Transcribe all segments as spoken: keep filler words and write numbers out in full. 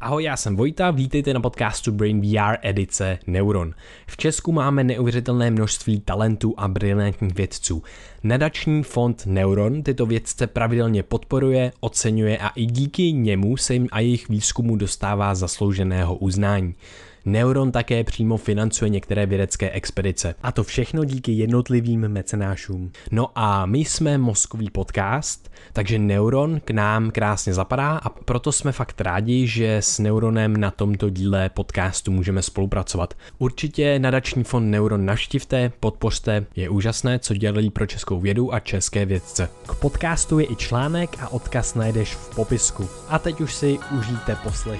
Ahoj, já jsem Vojta, vítejte na podcastu Brain V R edice Neuron. V Česku máme neuvěřitelné množství talentů a brilantních vědců. Nadační fond Neuron tyto vědce pravidelně podporuje, oceňuje a i díky němu se jim a jejich výzkumu dostává zaslouženého uznání. Neuron také přímo financuje některé vědecké expedice. A to všechno díky jednotlivým mecenášům. No a my jsme mozkový podcast, takže Neuron k nám krásně zapadá a proto jsme fakt rádi, že s Neuronem na tomto díle podcastu můžeme spolupracovat. Určitě nadační fond Neuron navštivte, podpořte, je úžasné, co dělají pro českou vědu a české vědce. K podcastu je i článek a odkaz najdeš v popisku. A teď už si užijte poslech.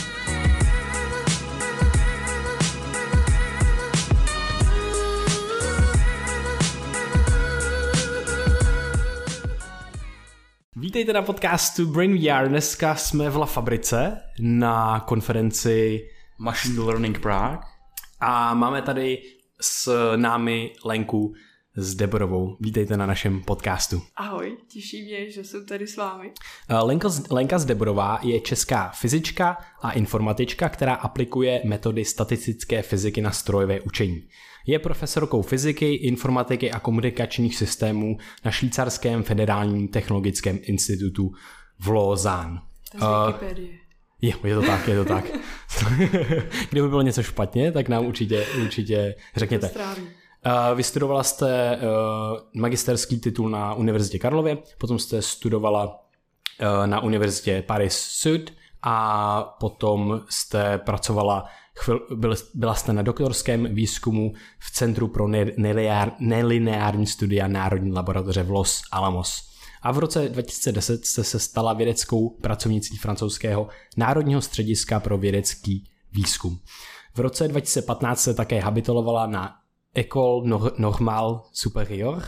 Vítejte na podcastu Brain V R. Dneska jsme v La Fabrice na konferenci Machine Learning Prague a máme tady s námi Lenku Zdeberovou. Vítejte na našem podcastu. Ahoj, těší mě, že jsem tady s vámi. Lenka, Lenka Zdeberová je česká fyzička a informatička, která aplikuje metody statistické fyziky na strojové učení. Je profesorkou fyziky, informatiky a komunikačních systémů na švýcarském federálním technologickém institutu v Lausanne. To je Wikipedie. Je, je to tak, je to tak. Kdyby bylo něco špatně, tak nám určitě, určitě řekněte. Uh, vystudovala jste uh, magisterský titul na Univerzitě Karlově, potom jste studovala uh, na Univerzitě Paris Sud a potom jste pracovala, chvil, byl, byla jste na doktorském výzkumu v Centru pro nelineár, nelineární studia Národní laboratoře v Los Alamos. A v roce dva tisíce deset jste se stala vědeckou pracovnicí francouzského Národního střediska pro vědecký výzkum. V roce dva tisíce patnáct se také habilitovala na École Normale Supérieure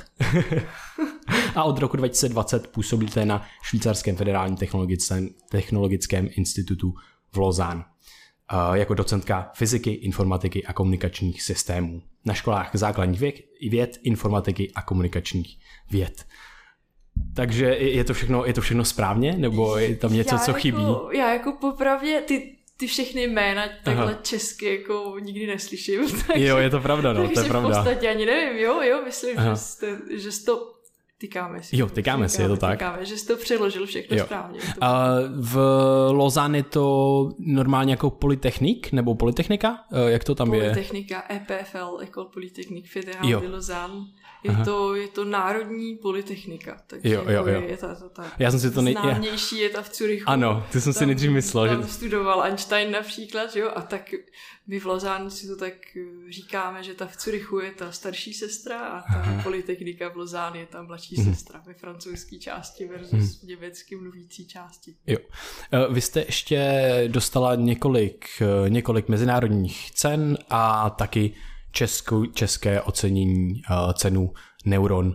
a od roku dva tisíce dvacet působíte na švýcarském federálním technologickém, technologickém institutu v Lausanne jako docentka fyziky, informatiky a komunikačních systémů na školách základních věd, věd, informatiky a komunikačních věd. Takže je to všechno, je to všechno správně? Nebo je tam něco, já co jako, chybí? Já jako popravdě ty ty všechny jména takhle Aha. česky jako nikdy neslyším. Takže, jo, je to pravda, no, to je pravda. Takže v podstatě ani nevím, jo, jo, myslím, Aha. že jste, že jste to tykáme si. Jo, tykáme si, je to tak. Tykáme, že jste to přeložil všechno jo. správně. A v Lausanne je to normálně jako polytechnik, nebo polytechnika? Jak to tam polytechnika, je? Polytechnika, E P F L, École Polytechnique Fédérale de Lausanne. Je to, je to národní polytechnika, takže jo, jo, jo. je to, to tak. Já jsem si to nej... známější je ta v Curychu. Ano, ty jsem tam, si nejdřív myslel. Tam že... studoval Einstein například, jo, a tak my v Lausanne si to tak říkáme, že ta v Curychu je ta starší sestra a ta Aha. polytechnika v Lausanne je ta mladší hmm. sestra ve francouzské části versus hmm. německy mluvící části. Jo. Vy jste ještě dostala několik, několik mezinárodních cen a taky Českou, české ocenění uh, cenu Neuron. Uh,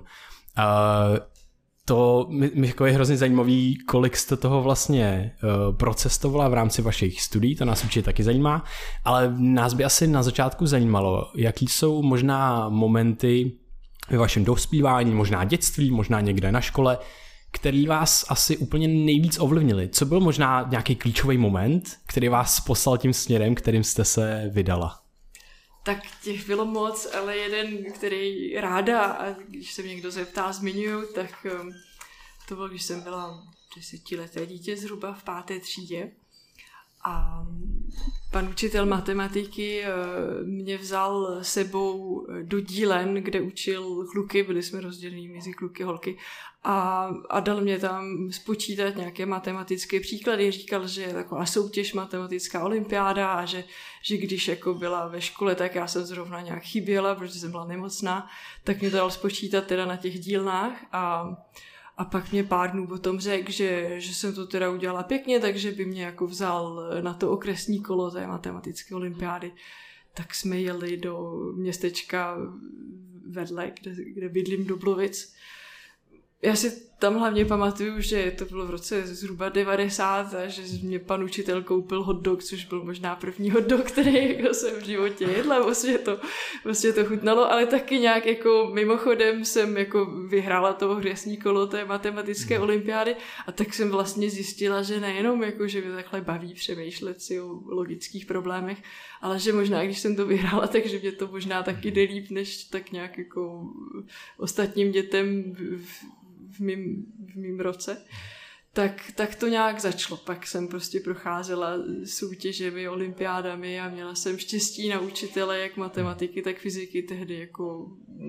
to mi, mi jako je hrozně zajímavý, kolik jste toho vlastně uh, procestovala v rámci vašich studií, to nás určitě taky zajímá, ale nás by asi na začátku zajímalo, jaký jsou možná momenty ve vašem dospívání, možná dětství, možná někde na škole, který vás asi úplně nejvíc ovlivnili. Co byl možná nějaký klíčový moment, který vás poslal tím směrem, kterým jste se vydala? Tak těch bylo moc, ale jeden, který ráda, a když se mě někdo zeptá, zmiňuju, tak to bylo, když jsem byla desetileté dítě zhruba v páté třídě. A pan učitel matematiky mě vzal sebou do dílen, kde učil kluky, byli jsme rozdělení mezi kluky a holky, a, a dal mě tam spočítat nějaké matematické příklady. Říkal, že je taková soutěž matematická olympiáda a že, že když jako byla ve škole, tak já jsem zrovna nějak chyběla, protože jsem byla nemocná, tak mě to dal spočítat teda na těch dílnách a A pak mě pár dnů potom řekl, že, že jsem to teda udělala pěkně, takže by mě jako vzal na to okresní kolo té matematické olympiády. Tak jsme jeli do městečka vedle, kde, kde bydlím, Doblovic. Já si tam hlavně pamatuju, že to bylo v roce zhruba devadesát a že mě pan učitel koupil hot dog, což byl možná první hot dog, který jako jsem v životě jedla, vlastně to, vlastně to chutnalo, ale taky nějak jako mimochodem jsem jako vyhrála to hvězdní kolo té matematické olympiády a tak jsem vlastně zjistila, že nejenom jako, že mě takhle baví přemýšlet si o logických problémech, ale že možná, když jsem to vyhrála, takže mě to možná taky jde líp, než tak nějak jako ostatním dětem v, v, mým, v mým roce. Tak, tak to nějak začalo. Pak jsem prostě procházela soutěžemi, olympiádami a měla jsem štěstí na učitele jak matematiky, tak fyziky, tehdy jako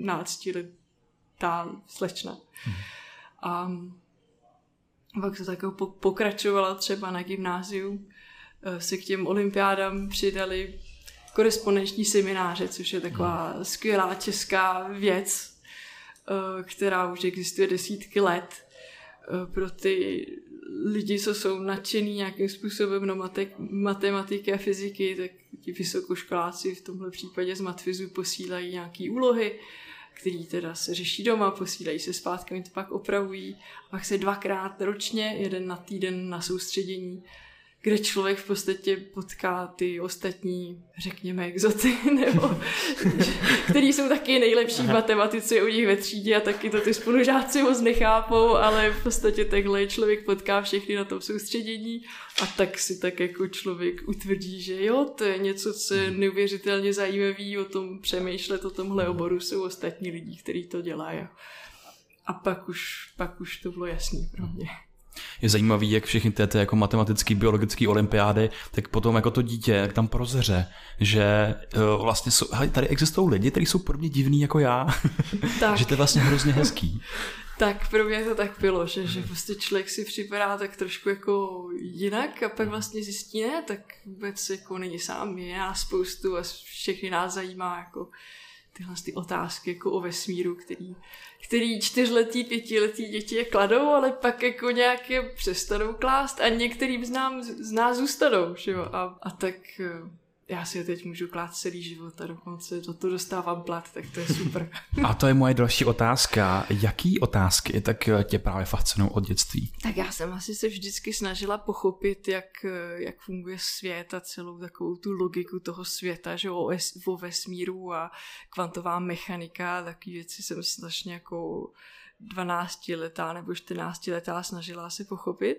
náctiletá slečna. A pak to tak pokračovala třeba na gymnáziu. Se k těm olympiádám přidali korespondenční semináře, což je taková skvělá česká věc, která už existuje desítky let. Pro ty lidi, co jsou nadšený nějakým způsobem no matematiky a fyziky, tak ti vysokoškoláci v tomhle případě z matfizu posílají nějaké úlohy, který teda se řeší doma, posílají se zpátky, oni to pak opravují. A pak se dvakrát ročně, jeden na týden na soustředění, kde člověk v podstatě potká ty ostatní, řekněme, exoty, nebo který jsou taky nejlepší v matematice u nich ve třídě a taky to ty spolužáci moc nechápou, ale v podstatě takhle člověk potká všechny na tom soustředění a tak si tak jako člověk utvrdí, že jo, to je něco, co je neuvěřitelně zajímavý, o tom přemýšlet, o tomhle oboru jsou ostatní lidi, kteří to dělají. A pak už, pak už to bylo jasný pro mě. Je zajímavý, jak všechny ty, ty jako matematické, biologické olympiády, tak potom jako to dítě, jak tam prozře, že uh, vlastně jsou, hele, tady existují lidi, kteří jsou podobně divní jako já, že to je vlastně hrozně hezký. Tak pro mě to tak bylo, že, že prostě člověk si připadá tak trošku jako jinak a pak vlastně zjistí, ne, tak vůbec jako není sám, je nás spoustu a všechny nás zajímá jako tyhle ty otázky jako o vesmíru, který, který čtyřletý, pětiletý děti kladou, ale pak jako nějaké přestanou klást a některým z, nám, z nás zůstanou. Že jo? A, a tak já si je teď můžu klást celý život a dokonce za to dostávám plat, tak to je super. A to je moje další otázka. Jaký otázky tak tě právě fascinují od dětství? Tak já jsem asi se vždycky snažila pochopit, jak, jak funguje svět a celou takovou tu logiku toho světa, že o, o vesmíru a kvantová mechanika a takové věci jsem strašně jako dvanáctiletá nebo čtrnáctiletá snažila se pochopit.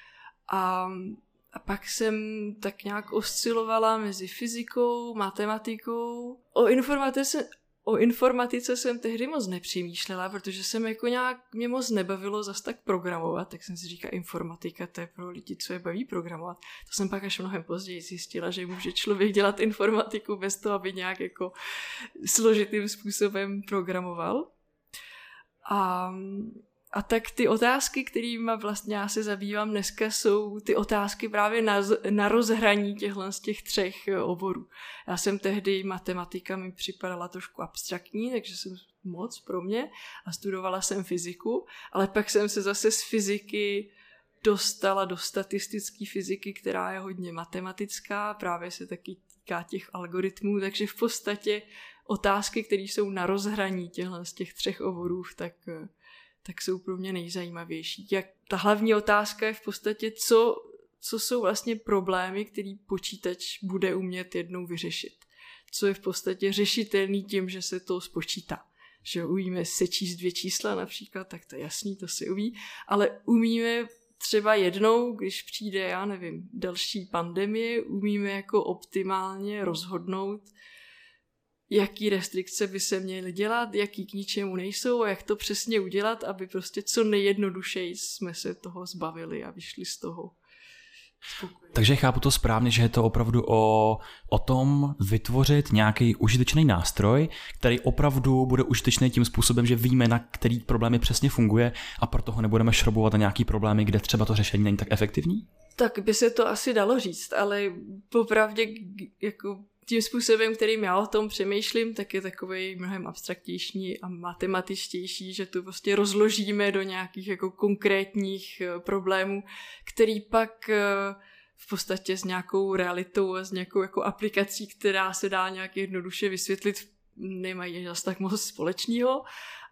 A A pak jsem tak nějak oscilovala mezi fyzikou, matematikou. O informatice, o informatice jsem tehdy moc nepřemýšlela, protože jsem jako nějak, mě moc nebavilo zas tak programovat, tak jsem si říkala, informatika, to je pro lidi, co je baví programovat. To jsem pak až mnohem později zjistila, že může člověk dělat informatiku bez toho, aby nějak jako složitým způsobem programoval. A A tak ty otázky, kterými vlastně já se zabývám dneska, jsou ty otázky právě na, na rozhraní těchhle z těch třech oborů. Já jsem tehdy, matematika mi připadala trošku abstraktní, takže jsem moc pro mě a studovala jsem fyziku, ale pak jsem se zase z fyziky dostala do statistické fyziky, která je hodně matematická, právě se taky týká těch algoritmů, takže v podstatě otázky, které jsou na rozhraní těchhle z těch třech oborů, tak tak jsou pro mě nejzajímavější. Jak ta hlavní otázka je v podstatě, co, co jsou vlastně problémy, který počítač bude umět jednou vyřešit. Co je v podstatě řešitelný tím, že se to spočítá. Že umíme sečíst dvě čísla například, tak to je jasný, to se umí, ale umíme třeba jednou, když přijde, já nevím, další pandemie, umíme jako optimálně rozhodnout, jaký restrikce by se měly dělat, jaký k ničemu nejsou a jak to přesně udělat, aby prostě co nejjednodušeji jsme se toho zbavili a vyšli z toho spokojeně. Takže chápu to správně, že je to opravdu o, o tom vytvořit nějaký užitečný nástroj, který opravdu bude užitečný tím způsobem, že víme, na který problémy přesně funguje a proto ho nebudeme šrobovat na nějaký problémy, kde třeba to řešení není tak efektivní? Tak by se to asi dalo říct, ale popravdě jako tím způsobem, kterým já o tom přemýšlím, tak je takovej mnohem abstraktnější a matematičtější, že to prostě rozložíme do nějakých jako konkrétních problémů, který pak v podstatě s nějakou realitou a s nějakou jako aplikací, která se dá nějak jednoduše vysvětlit, nemají zase tak moc společného.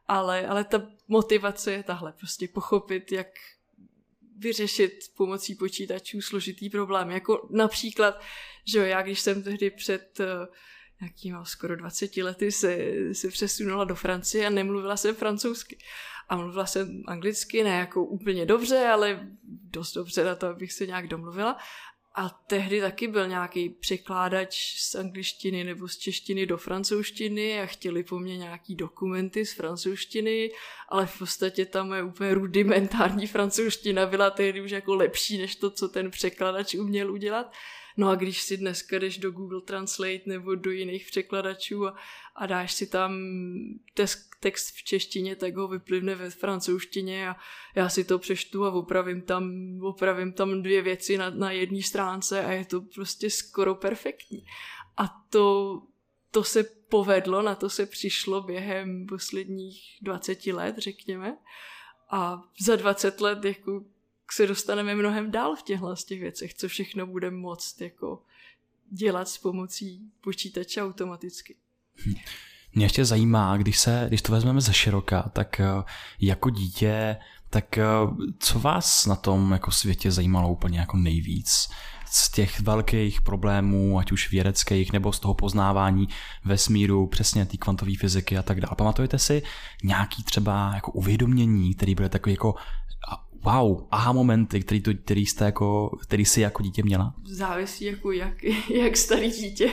ale, ale ta motivace je tahle, prostě pochopit, jak vyřešit pomocí počítačů složitý problém. Jako například, že jo, já když jsem tehdy před nějakýma skoro dvaceti lety se, se přesunula do Francie a nemluvila jsem francouzsky. A mluvila jsem anglicky, ne jako úplně dobře, ale dost dobře na to, abych se nějak domluvila. A tehdy taky byl nějaký překládač z angličtiny nebo z češtiny do francouzštiny a chtěli po mně nějaký dokumenty z francouzštiny, ale v podstatě ta moje úplně rudimentární francouzština byla tehdy už jako lepší než to, co ten překladač uměl udělat. No a když si dneska jdeš do Google Translate nebo do jiných překladačů a, a dáš si tam text, text v češtině, tak ho vyplivne ve francouzštině a já si to přečtu a opravím tam, opravím tam dvě věci na, na jedné stránce a je to prostě skoro perfektní. A to, to se povedlo, na to se přišlo během posledních dvaceti let, řekněme. A za dvacet let jako se dostaneme mnohem dál v těchto z těch věcech, co všechno budeme moct jako dělat s pomocí počítače automaticky. Mě ještě zajímá, když, se, když to vezmeme ze široka, tak jako dítě, tak co vás na tom jako světě zajímalo úplně jako nejvíc? Z těch velkých problémů, ať už vědeckých, nebo z toho poznávání vesmíru, přesně té kvantové fyziky a tak dále. Pamatujete si nějaký třeba jako uvědomění, který byly takový jako wow, aha momenty, který, to, který, jste jako, který jsi jako dítě měla? Závisí jako jak, jak starý dítě.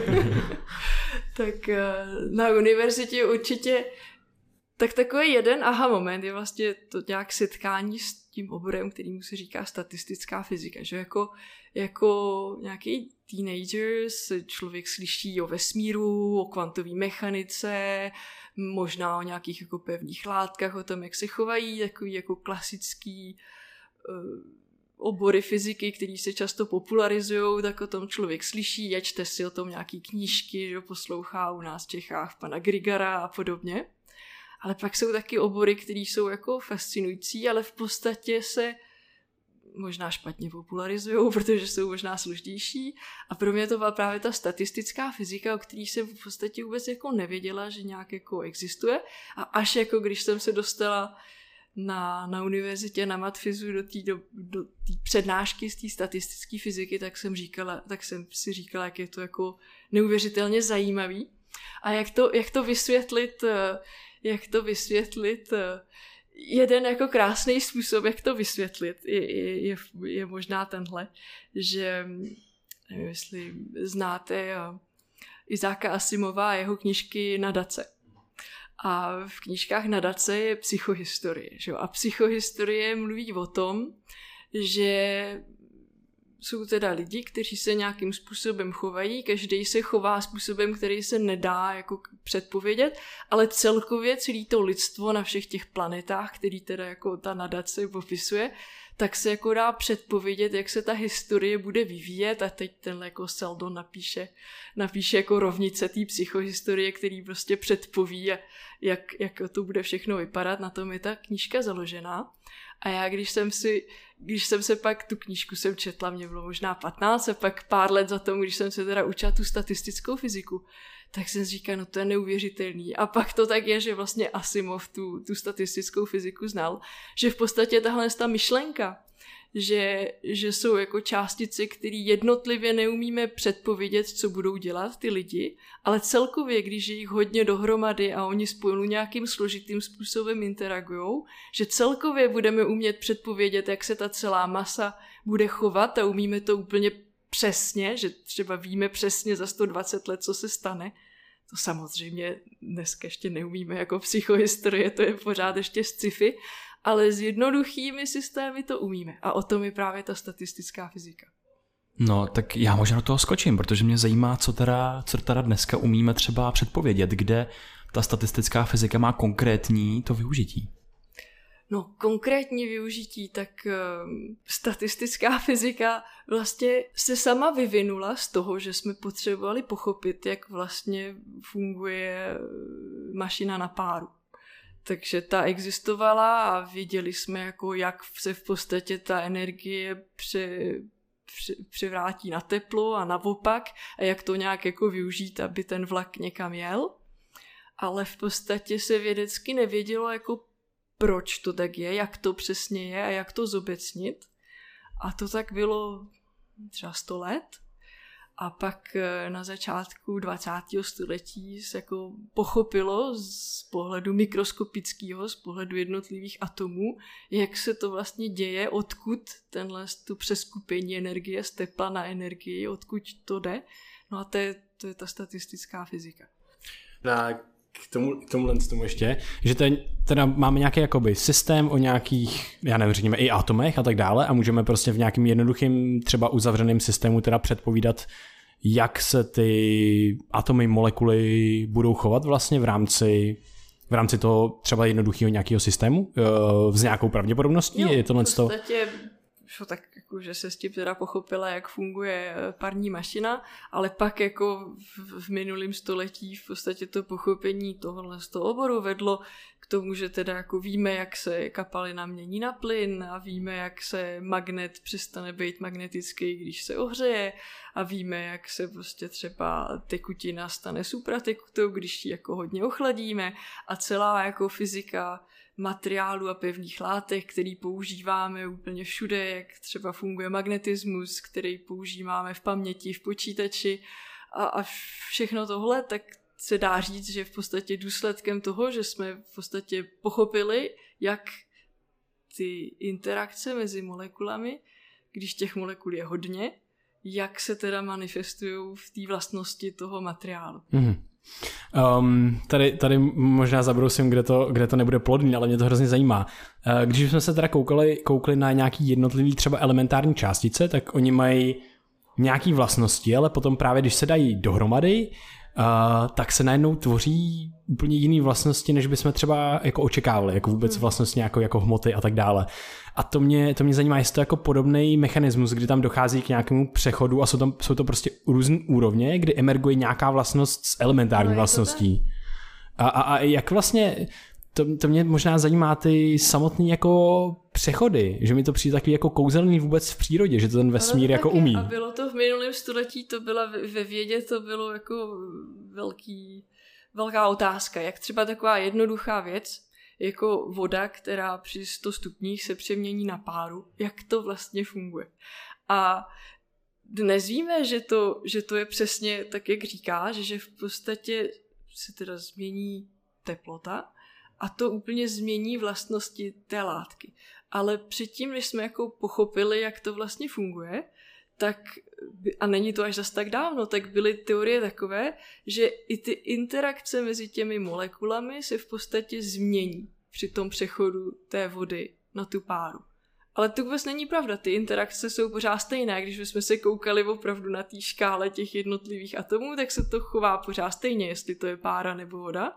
Tak na univerzitě určitě tak takový jeden aha moment je vlastně to nějak setkání s tím oborem, kterýmu se říká statistická fyzika, že jako, jako nějaký teenager člověk slyší o vesmíru, o kvantové mechanice, možná o nějakých jako pevných látkách, o tom, jak se chovají, takový jako klasický uh, obory fyziky, které se často popularizují, tak o tom člověk slyší a čte si o tom nějaký knížky, že poslouchá u nás v Čechách pana Grigara a podobně. Ale pak jsou taky obory, které jsou jako fascinující, ale v podstatě se možná špatně popularizujou, protože jsou možná složitější. A pro mě to byla právě ta statistická fyzika, o který jsem v podstatě vůbec jako nevěděla, že nějak jako existuje. A až jako když jsem se dostala na, na univerzitě na matfizu do té do, do přednášky z té statistické fyziky, tak jsem, říkala, tak jsem si říkala, jak je to jako neuvěřitelně zajímavý. A jak to, jak to vysvětlit, jak to vysvětlit jeden jako krásný způsob, jak to vysvětlit, je, je, je možná tenhle, že nevím, jestli znáte Izáka Asimova a jeho knížky Nadace. A v knížkách Nadace je psychohistorie. Že? A psychohistorie mluví o tom, že jsou teda lidi, kteří se nějakým způsobem chovají, každý se chová způsobem, který se nedá jako předpovědět, ale celkově celé to lidstvo na všech těch planetách, který teda jako ta nadace popisuje, tak se jako dá předpovědět, jak se ta historie bude vyvíjet a teď tenhle jako Seldon napíše, napíše jako rovnice té psychohistorie, který prostě předpoví, jak, jak to bude všechno vypadat, na tom je ta knížka založená. A já, když jsem si, když jsem se pak, tu knížku jsem četla, mě bylo možná patnáct, a pak pár let za tom, když jsem se teda učila tu statistickou fyziku, tak jsem si říkala, no to je neuvěřitelný. A pak to tak je, že vlastně Asimov tu, tu statistickou fyziku znal, že v podstatě tahle ta myšlenka, že, že jsou jako částice, které jednotlivě neumíme předpovědět, co budou dělat ty lidi, ale celkově, když je jich hodně dohromady a oni spolu nějakým složitým způsobem interagujou, že celkově budeme umět předpovědět, jak se ta celá masa bude chovat a umíme to úplně přesně, že třeba víme přesně za sto dvacet let, co se stane. To samozřejmě dneska ještě neumíme jako psychohistorie, to je pořád ještě sci-fi, ale s jednoduchými systémy to umíme. A o tom je právě ta statistická fyzika. No, tak já možná do toho skočím, protože mě zajímá, co teda, co teda dneska umíme třeba předpovědět, kde ta statistická fyzika má konkrétní to využití. No, konkrétní využití, tak um, statistická fyzika vlastně se sama vyvinula z toho, že jsme potřebovali pochopit, jak vlastně funguje mašina na páru. Takže ta existovala a viděli jsme, jako jak se v podstatě ta energie pře, pře, převrátí na teplo a naopak a jak to nějak jako využít, aby ten vlak někam jel. ale v podstatě se vědecky nevědělo, jako proč to tak je, jak to přesně je a jak to zobecnit. A to tak bylo třeba sto let. A pak na začátku dvacátého století se jako pochopilo z pohledu mikroskopického, z pohledu jednotlivých atomů, jak se to vlastně děje, odkud tenhle tu přeskupení energie z tepla na energii, odkud to jde. No a to je, to je ta statistická fyzika. Na K tomu, k tomuhle tomu ještě, že ten, teda máme nějaký jakoby systém o nějakých, já nevím, řekněme i atomech a tak dále a můžeme prostě v nějakým jednoduchým třeba uzavřeným systému teda předpovídat, jak se ty atomy, molekuly budou chovat vlastně v rámci v rámci toho třeba jednoduchého nějakého systému s nějakou pravděpodobností. Jo, je tohle v podstatě šlo tak, jako, že se s tím teda pochopila, jak funguje parní mašina, ale pak jako v, v minulém století v podstatě to pochopení tohohle z toho oboru vedlo k tomu, že teda jako víme, jak se kapalina mění na plyn a víme, jak se magnet přestane být magnetický, když se ohřeje a víme, jak se prostě třeba tekutina stane supratekutou, když ji jako hodně ochladíme a celá jako fyzika materiálu a pevných látek, který používáme úplně všude, jak třeba funguje magnetismus, který používáme v paměti, v počítači a, a všechno tohle, tak se dá říct, že v podstatě důsledkem toho, že jsme v podstatě pochopili, jak ty interakce mezi molekulami, když těch molekul je hodně, jak se teda manifestují v té vlastnosti toho materiálu. Mm-hmm. Um, tady, tady možná zabrousím, kde to, kde to nebude plodný, ale mě to hrozně zajímá. Uh, když jsme se teda koukali, koukli na nějaký jednotlivý třeba elementární částice, tak oni mají nějaký vlastnosti, ale potom právě když se dají dohromady, uh, tak se najednou tvoří úplně jiný vlastnosti, než bychom třeba jako očekávali, jako vůbec vlastnosti jako, jako hmoty a tak dále. A to mě, to mě zajímá, jestli to jako podobný mechanismus, kdy tam dochází k nějakému přechodu a jsou, tam, jsou to prostě různé úrovně, kdy emerguje nějaká vlastnost s elementární no, vlastností. A, a, a jak vlastně, to, to mě možná zajímá ty samotný jako přechody, že mi to přijde takový jako kouzelný vůbec v přírodě, že to ten vesmír to jako taky. umí. A bylo to v minulém století, to byla ve vědě, to bylo jako velký, velká otázka, jak třeba taková jednoduchá věc, jako voda, která při sto stupních se přemění na páru, jak to vlastně funguje. A dnes víme, že to, že to je přesně tak, jak říkáš, že v podstatě se teda změní teplota a to úplně změní vlastnosti té látky. Ale předtím, než jsme jako pochopili, jak to vlastně funguje, tak, a není to až zas tak dávno, tak byly teorie takové, že i ty interakce mezi těmi molekulami se v podstatě změní při tom přechodu té vody na tu páru. Ale to vůbec není pravda, ty interakce jsou pořád stejné, když jsme se koukali opravdu na té škále těch jednotlivých atomů, tak se to chová pořád stejně, jestli to je pára nebo voda.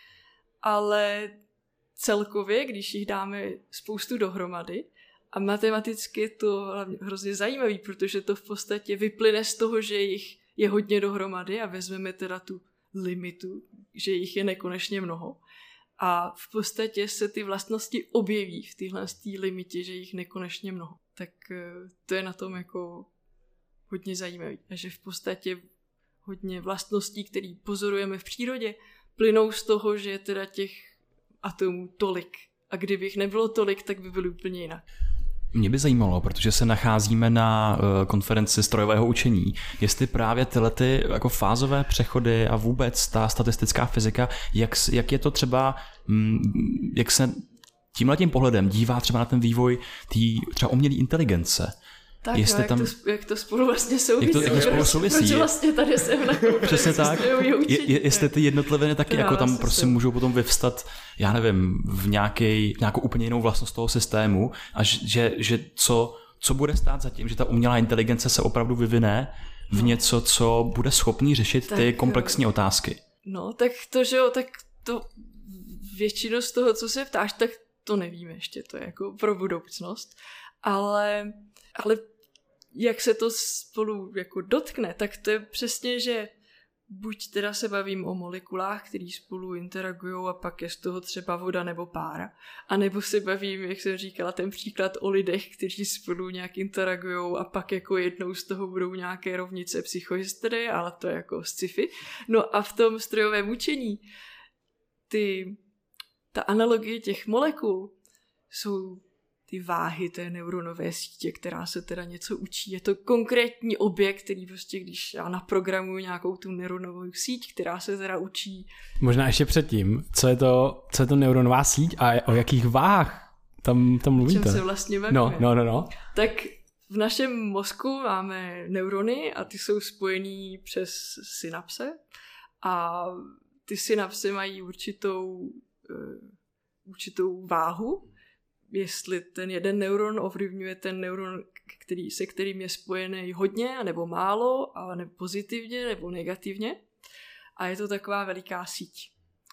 Ale celkově, když jich dáme spoustu dohromady, a matematicky je to hrozně zajímavý, protože to v podstatě vyplyne z toho, že jich je hodně dohromady a vezmeme teda tu limitu, že jich je nekonečně mnoho. A v podstatě se ty vlastnosti objeví v téhle limitě, že jich nekonečně mnoho. Tak to je na tom jako hodně zajímavý. A že v podstatě hodně vlastností, které pozorujeme v přírodě, plynou z toho, že je teda těch atomů tolik. A kdyby jich nebylo tolik, tak by byly úplně jinak. Mě by zajímalo, protože se nacházíme na uh, konferenci strojového učení, jestli právě tyhle ty jako fázové přechody a vůbec ta statistická fyzika, jak, jak je to třeba, mm, jak se tímhletím pohledem dívá třeba na ten vývoj té třeba umělé inteligence. Tak jestli jo, tam... jak, to, jak to spolu vlastně souvisí. Jak to, jak to spolu souvisí. Proč vlastně tady jsem na přesně tak. Je, je, jestli ty jednotliviny taky jako tam prostě jsem. můžou potom vyvstat, já nevím, v nějaký, nějakou úplně jinou vlastnost toho systému a že, že co, co bude stát za tím, že ta umělá inteligence se opravdu vyvine v no. něco, co bude schopný řešit tak, ty komplexní otázky. No, tak to, že jo, tak to většinu z toho, co se ptáš, tak to nevíme ještě, to je jako pro budoucnost. Ale, ale jak se to spolu jako dotkne, tak to je přesně, že buď teda se bavím o molekulách, které spolu interagují a pak je z toho třeba voda nebo pára, anebo se bavím, jak jsem říkala, ten příklad o lidech, kteří spolu nějak interagují a pak jako jednou z toho budou nějaké rovnice psychohysterie, ale to je jako sci-fi. No a v tom strojovém učení ty, ta analogie těch molekul jsou ty váhy té neuronové sítě, která se teda něco učí. Je to konkrétní objekt, který prostě, když já naprogramuju nějakou tu neuronovou síť, která se teda učí. Možná ještě předtím, co je to, co je to neuronová síť a o jakých váhách tam, tam mluvíte? O čem se vlastně bavíme? No, no, no, no. Tak v našem mozku máme neurony a ty jsou spojený přes synapse a ty synapse mají určitou, uh, určitou váhu, jestli ten jeden neuron ovlivňuje ten neuron, který, se kterým je spojený hodně, nebo málo, a nebo pozitivně, nebo negativně. A je to taková veliká síť.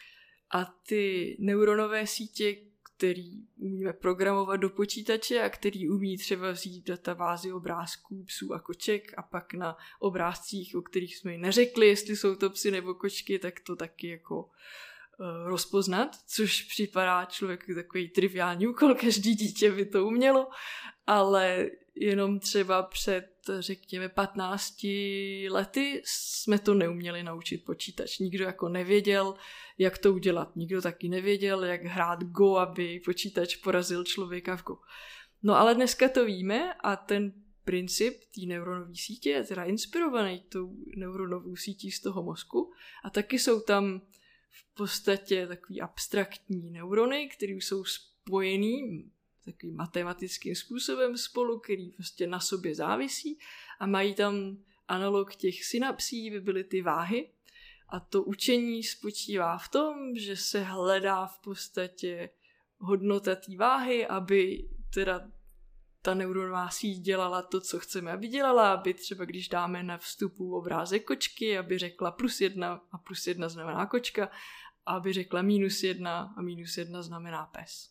A ty neuronové sítě, který umíme programovat do počítače a který umí třeba vzít databázy obrázků psů a koček a pak na obrázcích, o kterých jsme jí neřekli, jestli jsou to psy nebo kočky, tak to taky jako rozpoznat, což připadá člověku takový triviální úkol, každý dítě by to umělo, ale jenom třeba před, řekněme, patnácti lety jsme to neuměli naučit počítač. Nikdo jako nevěděl, jak to udělat. Nikdo taky nevěděl, jak hrát Go, aby počítač porazil člověka v Go. No ale dneska to víme a ten princip té neuronové sítě je teda inspirovaný tou neuronovou sítí z toho mozku a taky jsou tam v podstatě takový abstraktní neurony, které jsou spojený takovým matematickým způsobem spolu, který prostě na sobě závisí a mají tam analog těch synapsí, by byly ty váhy. A to učení spočívá v tom, že se hledá v podstatě hodnota té váhy, aby teda ta neuronová síť dělala to, co chceme, aby dělala, aby třeba když dáme na vstupu obrázek kočky, aby řekla plus jedna a plus jedna znamená kočka, a aby řekla minus jedna a minus jedna znamená pes.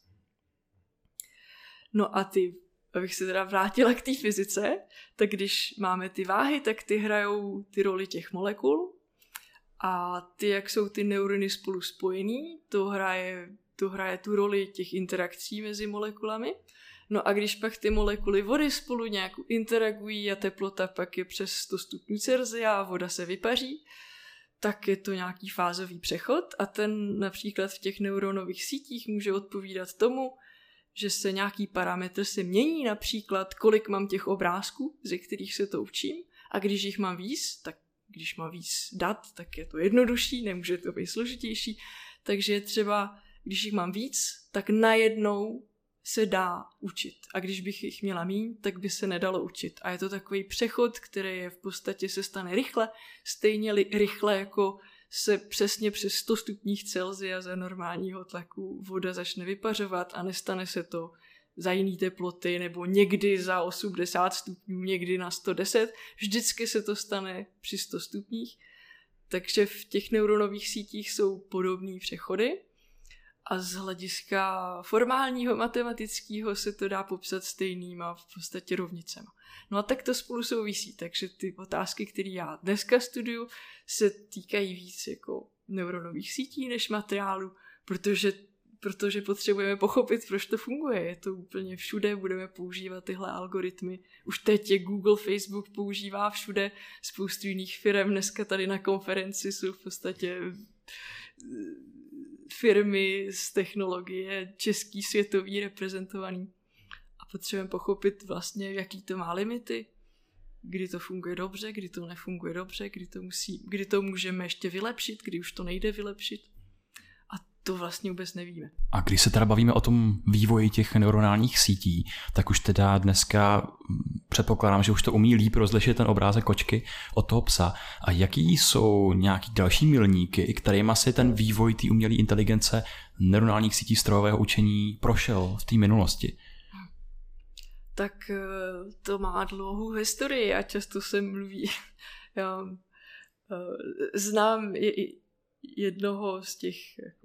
No a ty, abych se teda vrátila k té fyzice, tak když máme ty váhy, tak ty hrajou ty roli těch molekul a ty, jak jsou ty neurony spolu spojený, to hraje, to hraje tu roli těch interakcí mezi molekulami. No a když pak ty molekuly vody spolu nějak interagují a teplota pak je přes sto stupňů Celsia a voda se vypaří, tak je to nějaký fázový přechod a ten například v těch neuronových sítích může odpovídat tomu, že se nějaký parametr se mění, například kolik mám těch obrázků, ze kterých se to učím a když jich mám víc, tak když mám víc dat, tak je to jednodušší, nemůže to být složitější, takže třeba, když jich mám víc, tak najednou se dá učit. A když bych jich měla míň, tak by se nedalo učit. A je to takový přechod, který je v podstatě se stane rychle, stejně li, rychle jako se přesně přes sto stupních Celsia za normálního tlaku voda začne vypařovat a nestane se to za jiný teploty nebo někdy za osmdesát stupňů, někdy na sto deset. Vždycky se to stane při sto stupních. Takže v těch neuronových sítích jsou podobné přechody. A z hlediska formálního, matematického se to dá popsat stejnýma v podstatě rovnicema. No a tak to spolu souvisí, takže ty otázky, které já dneska studuju, se týkají víc jako neuronových sítí než materiálu, protože, protože potřebujeme pochopit, proč to funguje. Je to úplně všude, budeme používat tyhle algoritmy. Už teď je Google, Facebook používá všude, spoustu jiných firem dneska tady na konferenci jsou v podstatě firmy z technologie český, světový, reprezentovaný. A potřebujeme pochopit vlastně, jaký to má limity, kdy to funguje dobře, kdy to nefunguje dobře, kdy to, musí, kdy to můžeme ještě vylepšit, kdy už to nejde vylepšit. A to vlastně vůbec nevíme. A když se teda bavíme o tom vývoji těch neuronálních sítí, tak už teda dneska předpokládám, že už to umí líp rozlišit ten obrázek kočky od toho psa. A jaký jsou nějaký další milníky, kterýma si ten vývoj té umělé inteligence neuronálních sítí strojového učení prošel v té minulosti? Tak to má dlouhou historii a často se mluví. Já znám jednoho z těch jako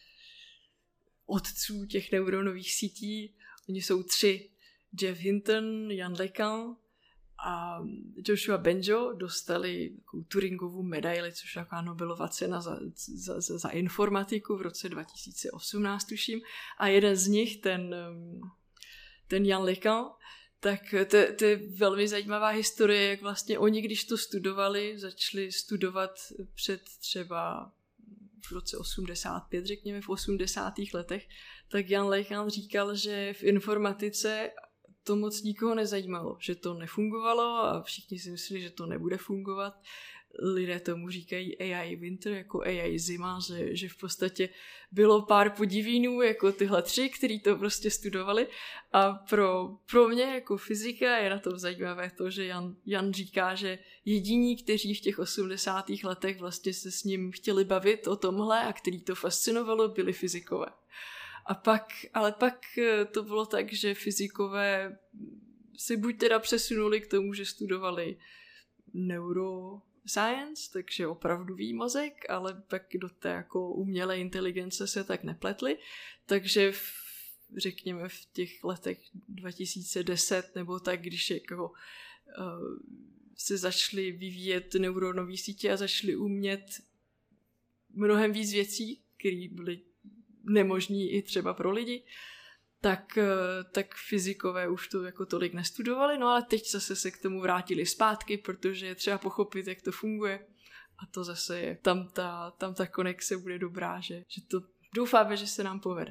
otců těch neuronových sítí. Oni jsou tři. Jeff Hinton, Jan LeCun a Joshua Bengio dostali takovou Turingovu medaili, což je taková Nobelova cena za, za, za, za informatiku v roce dva tisíce osmnáct, tuším. A jeden z nich, ten, ten Jan LeCun, tak to, to je velmi zajímavá historie, jak vlastně oni, když to studovali, začali studovat před třeba v roce osmdesát pět, řekněme v osmdesátých letech, tak Jan Leichan říkal, že v informatice to moc nikoho nezajímalo, že to nefungovalo a všichni si mysleli, že to nebude fungovat. Lidé tomu říkají A I winter, jako A I zima, že, že v podstatě bylo pár podivínů, jako tyhle tři, který to prostě studovali. A pro, pro mě jako fyzika je na tom zajímavé to, že Jan, Jan říká, že jediní, kteří v těch osmdesátých letech vlastně se s ním chtěli bavit o tomhle a který to fascinovalo, byli fyzikové. A pak, ale pak to bylo tak, že fyzikové si buď teda přesunuli k tomu, že studovali neuroscience, takže opravdový mozek, ale pak do té jako umělé inteligence se tak nepletli. Takže v, řekněme v těch letech dva tisíce deset nebo tak, když jako, uh, se začaly vyvíjet neuronové sítě a začaly umět mnohem víc věcí, které byly nemožný i třeba pro lidi, tak, tak fyzikové už to jako tolik nestudovali, no ale teď zase se k tomu vrátili zpátky, protože je třeba pochopit, jak to funguje a to zase je, tam ta, tam ta konexe bude dobrá, že, že to doufáme, že se nám povede.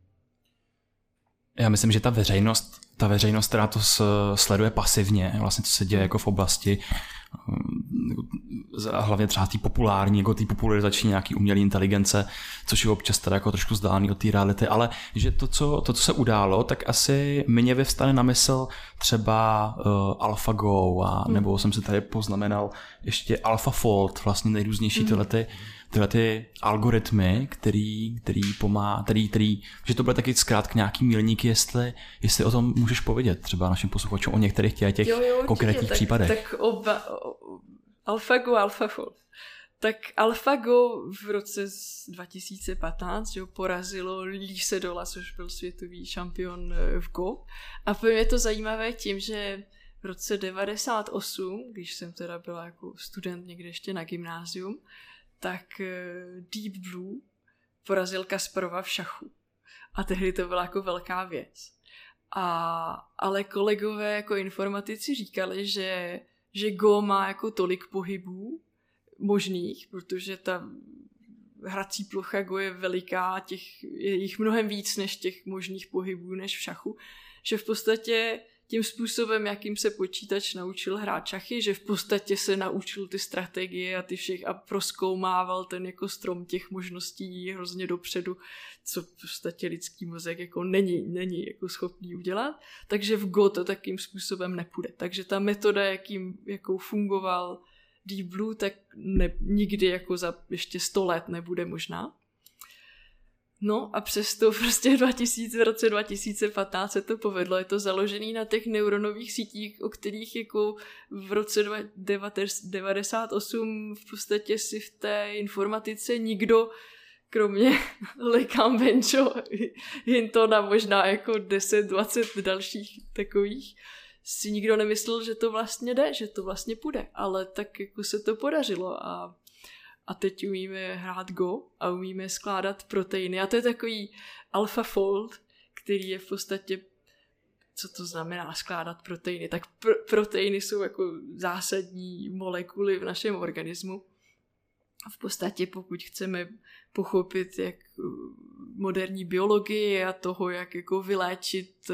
Já myslím, že ta veřejnost, ta veřejnost, která to sleduje pasivně, vlastně co se děje jako v oblasti, hlavně třeba té populární, jako té popularizační nějaký umělé inteligence, což je občas teda jako trošku vzdálený od té reality, ale že to co, to, co se událo, tak asi mě vyvstane na mysl třeba uh, AlphaGo, a, mm. nebo jsem si tady poznamenal ještě AlphaFold, vlastně nejrůznější mm. tyhle ty, tyhle ty algoritmy, který, který pomá, který, který, že to bude taky zkrátka nějaký milníky, jestli, jestli o tom můžeš povědět třeba našim posluchačům o některých těch, těch jo, jo, konkrétních tak, případech. Tak oba, AlphaGo, AlphaFold. Tak AlphaGo v roce dva tisíce patnáct jo, porazilo Lee Sedola, což byl světový šampion v Go. A pro mě je to zajímavé tím, že v roce devadesát osm, když jsem teda byla jako student někde ještě na gymnázium, tak Deep Blue porazil Kasparova v šachu. A tehdy to byla jako velká věc. A, ale kolegové jako informatici říkali, že, že Go má jako tolik pohybů možných, protože ta hrací plocha Go je veliká, těch, je jich mnohem víc než těch možných pohybů než v šachu, že v podstatě tím způsobem, jakým se počítač naučil hrát šachy, že v podstatě se naučil ty strategie a ty všech a prozkoumával ten jako strom těch možností hrozně dopředu, co v podstatě lidský mozek jako není, není jako schopný udělat. Takže v Go to takým způsobem nepůjde. Takže ta metoda, jakým jakou fungoval Deep Blue, tak ne, nikdy jako za ještě sto let nebude možná. No a přesto prostě dva tisíce, v roce dva tisíce patnáct se to povedlo. Je to založený na těch neuronových sítích, o kterých jako v roce devadesát osm v podstatě si v té informatice nikdo, kromě Lekam Bencho, Hintona, možná jako deset dvacet dalších takových, si nikdo nemyslel, že to vlastně jde, že to vlastně půjde. Ale tak jako se to podařilo a A teď umíme hrát Go a umíme skládat proteiny. A to je takový AlphaFold, který je v podstatě, co to znamená skládat proteiny. Tak pr- proteiny jsou jako zásadní molekuly v našem organismu. A v podstatě pokud chceme pochopit, jak moderní biologii a toho, jak jako vyléčit,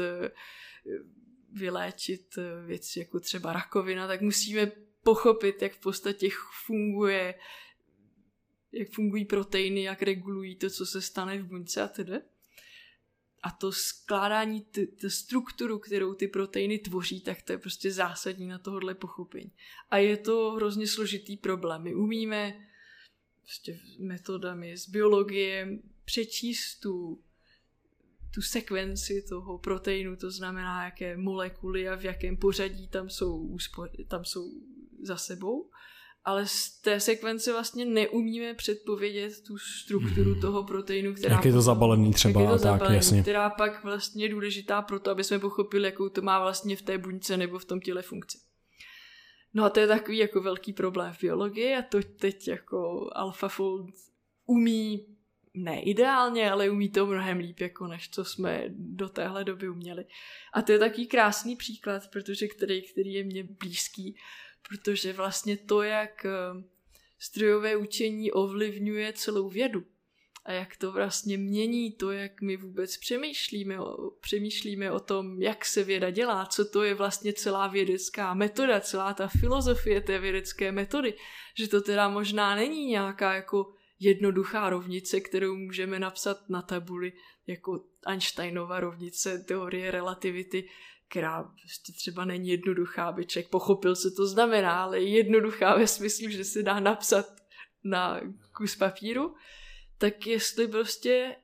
vyléčit věci jako třeba rakovina, tak musíme pochopit, jak v podstatě funguje jak fungují proteiny, jak regulují to, co se stane v buňce a tedy. A to skládání, tu strukturu, kterou ty proteiny tvoří, tak to je prostě zásadní na tohohle pochopení. A je to hrozně složitý problém. My umíme prostě metodami z biologie přečíst tu, tu sekvenci toho proteinu, to znamená, jaké molekuly a v jakém pořadí tam jsou, tam jsou za sebou. Ale z té sekvence vlastně neumíme předpovědět tu strukturu toho proteinu, která... Jak je to zabalený třeba, jak je to tak zabalený, jasně. Která pak vlastně je důležitá pro to, aby jsme pochopili, jakou to má vlastně v té buňce nebo v tom těle funkci. No a to je takový jako velký problém v biologii a to teď jako AlphaFold umí, ne ideálně, ale umí to mnohem líp, jako než co jsme do téhle doby uměli. A to je takový krásný příklad, protože který, který je mně blízký, protože vlastně to, jak strojové učení ovlivňuje celou vědu a jak to vlastně mění to, jak my vůbec přemýšlíme o, přemýšlíme o tom, jak se věda dělá, co to je vlastně celá vědecká metoda, celá ta filozofie té vědecké metody, že to teda možná není nějaká jako jednoduchá rovnice, kterou můžeme napsat na tabuli jako Einsteinova rovnice teorie relativity, která prostě třeba není jednoduchá, aby člověk pochopil, co to znamená, ale je jednoduchá ve smyslu, že se dá napsat na kus papíru, tak jestli prostě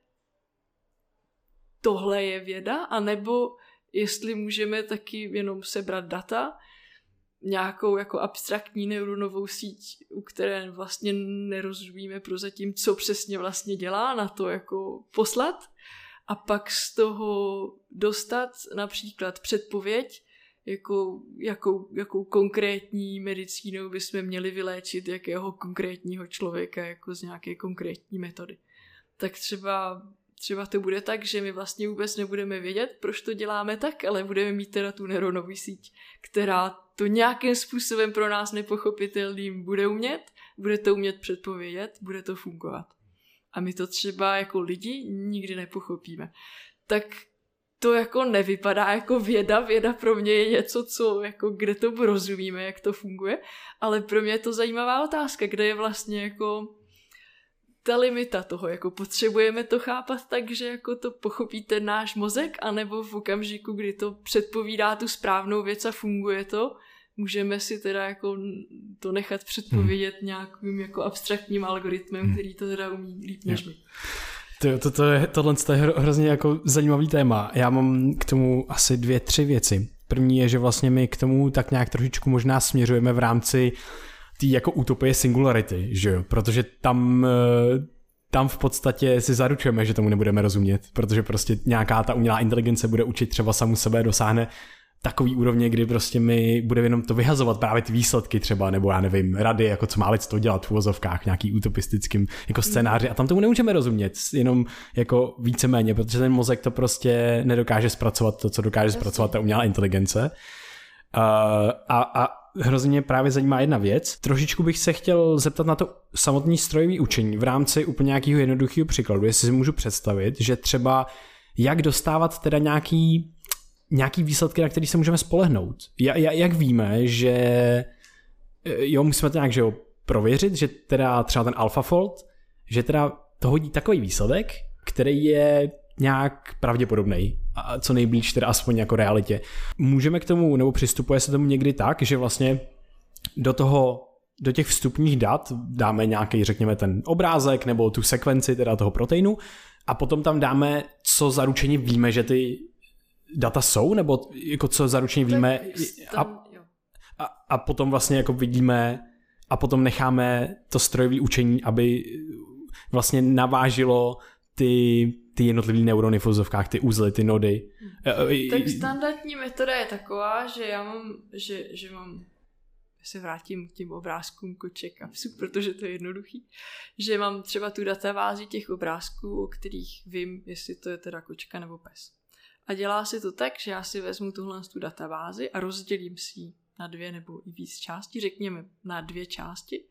tohle je věda, anebo jestli můžeme taky jenom sebrat data, nějakou jako abstraktní neuronovou síť, u které vlastně nerozumíme prozatím, co přesně vlastně dělá, na to jako poslat a pak z toho dostat například předpověď, jako, jakou, jakou konkrétní medicínou bychom měli vyléčit jakého konkrétního člověka jako z nějaké konkrétní metody. Tak třeba, třeba to bude tak, že my vlastně vůbec nebudeme vědět, proč to děláme tak, ale budeme mít teda tu neuronovou síť, která to nějakým způsobem pro nás nepochopitelným bude umět, bude to umět předpovědět, bude to fungovat. A my to třeba jako lidi nikdy nepochopíme. Tak to jako nevypadá jako věda. Věda pro mě je něco, co jako kde to rozumíme, jak to funguje, ale pro mě je to zajímavá otázka, kde je vlastně jako ta limita toho, jako potřebujeme to chápat tak, že jako to pochopí ten náš mozek, anebo v okamžiku, kdy to předpovídá tu správnou věc a funguje to, můžeme si teda jako to nechat předpovědět hmm. nějakým jako abstraktním algoritmem, který to teda umí líp než my. To, to, to je, tohle je hrozně jako zajímavý téma. Já mám k tomu asi dvě, tři věci. První je, že vlastně my k tomu tak nějak trošičku možná směřujeme v rámci té jako utopie singularity, že jo? Protože tam, tam v podstatě si zaručujeme, že tomu nebudeme rozumět, protože prostě nějaká ta umělá inteligence bude učit třeba samu sebe, dosáhne takový úrovně, kdy prostě my budeme jenom to vyhazovat právě ty výsledky třeba, nebo já nevím, rady, jako co má lidstvo dělat v uvozovkách, nějaký utopistickým jako scénáři a tam tomu nemůžeme rozumět, jenom jako víceméně, protože ten mozek to prostě nedokáže zpracovat to, co dokáže zpracovat ta umělá inteligence. Uh, a, a hrozně právě zajímá jedna věc. Trošičku bych se chtěl zeptat na to samotné strojové učení v rámci úplně nějakého jednoduchého příkladu, jestli si můžu představit, že třeba jak dostávat teda nějaký nějaký výsledky, na který se můžeme spolehnout. Ja, jak víme, že jo, musíme to nějak že jo, prověřit, že teda třeba ten AlphaFold, že teda to hodí takový výsledek, který je nějak pravděpodobný a co nejblíž teda aspoň jako realitě. Můžeme k tomu, nebo přistupuje se tomu někdy tak, že vlastně do toho, do těch vstupních dat dáme nějaký, řekněme, ten obrázek nebo tu sekvenci teda toho proteinu a potom tam dáme, co zaručeně víme, že ty data jsou, nebo jako co zaručeně víme a, a, a potom vlastně jako vidíme a potom necháme to strojové učení, aby vlastně navážilo ty, ty jednotlivé neurony v uvozovkách, ty uzly, ty nody. Tak standardní metoda je taková, že já mám, že, že mám, já se vrátím k těm obrázkům koček a psů, protože to je jednoduchý, že mám třeba tu databázi těch obrázků, o kterých vím, jestli to je teda kočka nebo pes. A dělá se to tak, že já si vezmu tuhle tu databázi a rozdělím si ji na dvě nebo i víc částí, řekněme na dvě části.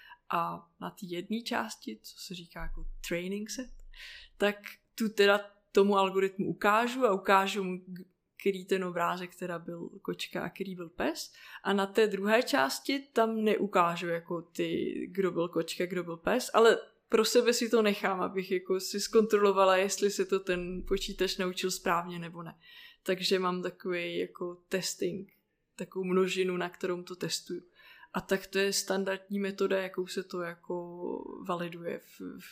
A na té jedné části, co se říká jako training set, tak tu teda tomu algoritmu ukážu a ukážu mu, který ten obrázek teda byl kočka a který byl pes. A na té druhé části tam neukážu jako ty, kdo byl kočka, kdo byl pes, ale pro sebe si to nechám, abych jako si zkontrolovala, jestli se to ten počítač naučil správně nebo ne. Takže mám takový jako testing, takovou množinu, na kterou to testuju. A tak to je standardní metoda, jakou se to jako validuje v, v,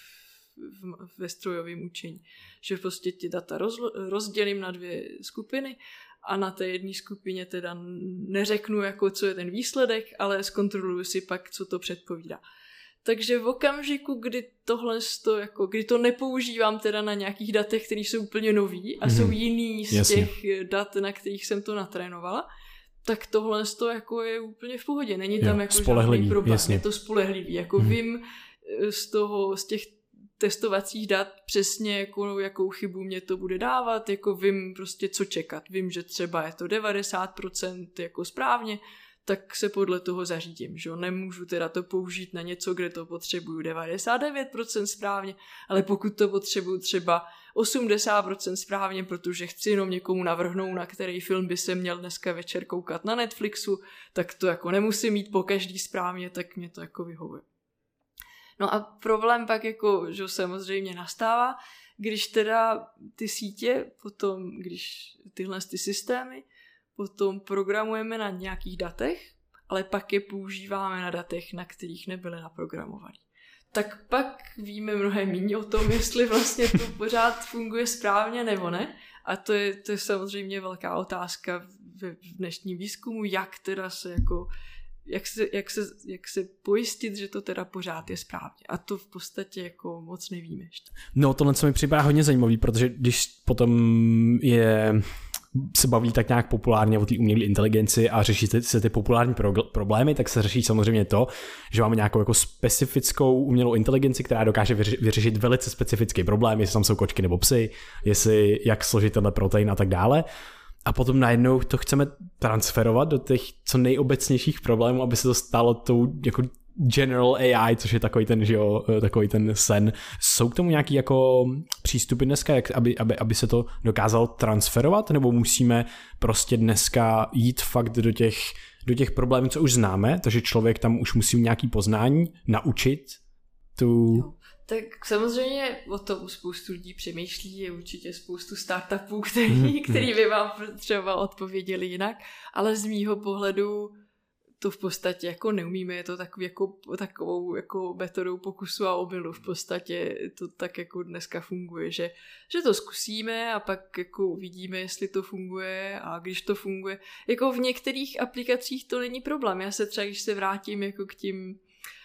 v, ve strojovém učení. Že prostě ty data roz, rozdělím na dvě skupiny a na té jedné skupině teda neřeknu, jako co je ten výsledek, ale zkontroluju si pak, co to předpovídá. Takže v okamžiku, kdy tohle to, jako, kdy to nepoužívám teda na nějakých datech, které jsou úplně nový a mm-hmm. jsou jiný z Jasně. těch dat, na kterých jsem to natrénovala, tak tohle to jako je úplně v pohodě. Není tam jo, jako žádný problém. Jasně. Je to spolehlivý. Jako mm-hmm. vím z toho, z těch testovacích dat přesně, jako, jakou chybu mě to bude dávat, jako vím prostě co čekat. Vím, že třeba je to devadesát procent jako správně, tak se podle toho zařídím, že jo. Nemůžu teda to použít na něco, kde to potřebuju devadesát devět procent správně, ale pokud to potřebuju třeba osmdesát procent správně, protože chci jenom někomu navrhnout, na který film by se měl dneska večer koukat na Netflixu, tak to jako nemusím mít po každý správně, tak mě to jako vyhovuje. No a problém pak jako, že samozřejmě nastává, když teda ty sítě potom, když tyhle ty systémy potom programujeme na nějakých datech, ale pak je používáme na datech, na kterých nebyly naprogramovaný. Tak pak víme mnohem méně o tom, jestli vlastně to pořád funguje správně nebo ne. A to je, to je samozřejmě velká otázka v dnešním výzkumu, jak teda se jako Jak se, jak, se, jak se pojistit, že to teda pořád je správně. A to v podstatě jako moc nevíme ještě. No tohle co mi připadá hodně zajímavý, protože když potom je, se baví tak nějak populárně o té umělé inteligenci a řeší se ty populární pro, problémy, tak se řeší samozřejmě to, že máme nějakou jako specifickou umělou inteligenci, která dokáže vyři, vyřešit velice specifický problém, jestli tam jsou kočky nebo psy, jestli jak složit tenhle protein a tak dále. A potom najednou to chceme transferovat do těch co nejobecnějších problémů, aby se to stalo tou jako general A I, což je takový ten, že jo, takový ten sen. Jsou k tomu nějaký jako přístupy dneska, jak, aby, aby, aby se to dokázalo transferovat, nebo musíme prostě dneska jít fakt do těch, do těch problémů, co už známe, takže člověk tam už musí nějaký poznání naučit tu... Jo. Tak samozřejmě o tom spoustu lidí přemýšlí, je určitě spoustu startupů, který, který by vám třeba odpověděli jinak, ale z mýho pohledu to v podstatě jako neumíme, je to takový jako, takovou jako metodou pokusu a omylu v podstatě to tak jako dneska funguje, že, že to zkusíme a pak jako uvidíme, jestli to funguje a když to funguje, jako v některých aplikacích to není problém, já se třeba, když se vrátím jako k tím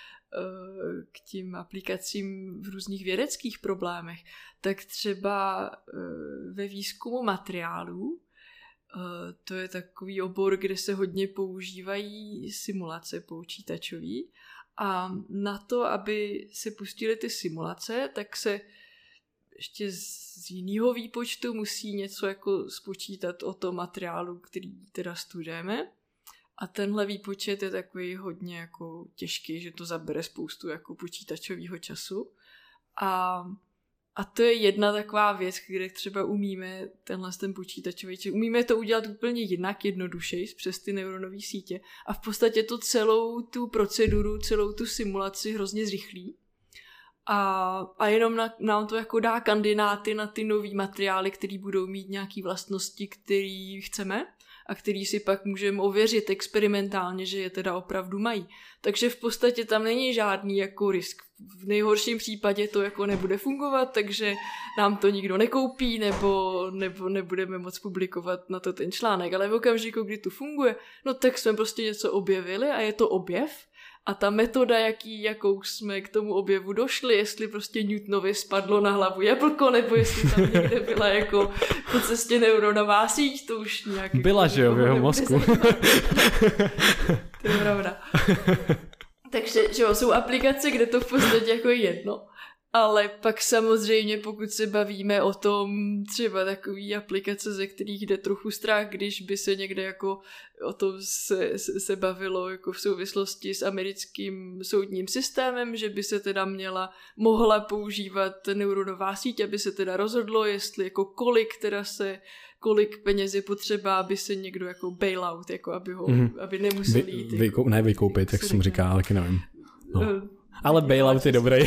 k tím aplikacím v různých vědeckých problémech, tak třeba ve výzkumu materiálů, to je takový obor, kde se hodně používají simulace počítačový a na to, aby se pustily ty simulace, tak se ještě z jiného výpočtu musí něco jako spočítat o tom materiálu, který teda studujeme. A tenhle výpočet je takový hodně jako těžký, že to zabere spoustu jako počítačového času. A, a to je jedna taková věc, kde třeba umíme tenhle ten počítačový čas. Umíme to udělat úplně jinak, jednodušeji, přes ty neuronové sítě. A v podstatě to celou tu proceduru, celou tu simulaci hrozně zrychlí. A, a jenom na, nám to jako dá kandidáty na ty nový materiály, který budou mít nějaké vlastnosti, které chceme a který si pak můžeme ověřit experimentálně, že je teda opravdu mají. Takže v podstatě tam není žádný jako risk. V nejhorším případě to jako nebude fungovat, takže nám to nikdo nekoupí nebo, nebo nebudeme moc publikovat na to ten článek. Ale v okamžiku, kdy to funguje, no tak jsme prostě něco objevili a je to objev. A ta metoda, jaký, jakou jsme k tomu objevu došli, jestli prostě Newtonovi spadlo na hlavu jablko, nebo jestli tam někde byla jako po cestě neuronová síť, to už nějak... Byla, že jo, v jeho mozku. To je pravda. Takže, že jo, jsou aplikace, kde to v podstatě jako je jedno. Ale pak samozřejmě, pokud se bavíme o tom, třeba takový aplikace, ze kterých jde trochu strach, když by se někde jako o tom se, se, se bavilo jako v souvislosti s americkým soudním systémem, že by se teda měla, mohla používat neuronová síť, aby se teda rozhodlo, jestli jako kolik teda se, kolik peněz je potřeba, aby se někdo jako bailout, jako aby ho, mm-hmm. aby nemusel jít. Vy, jako, ne vykoupit, jak jsem říká, ale taky nevím. No. Ale bailout je dobrý.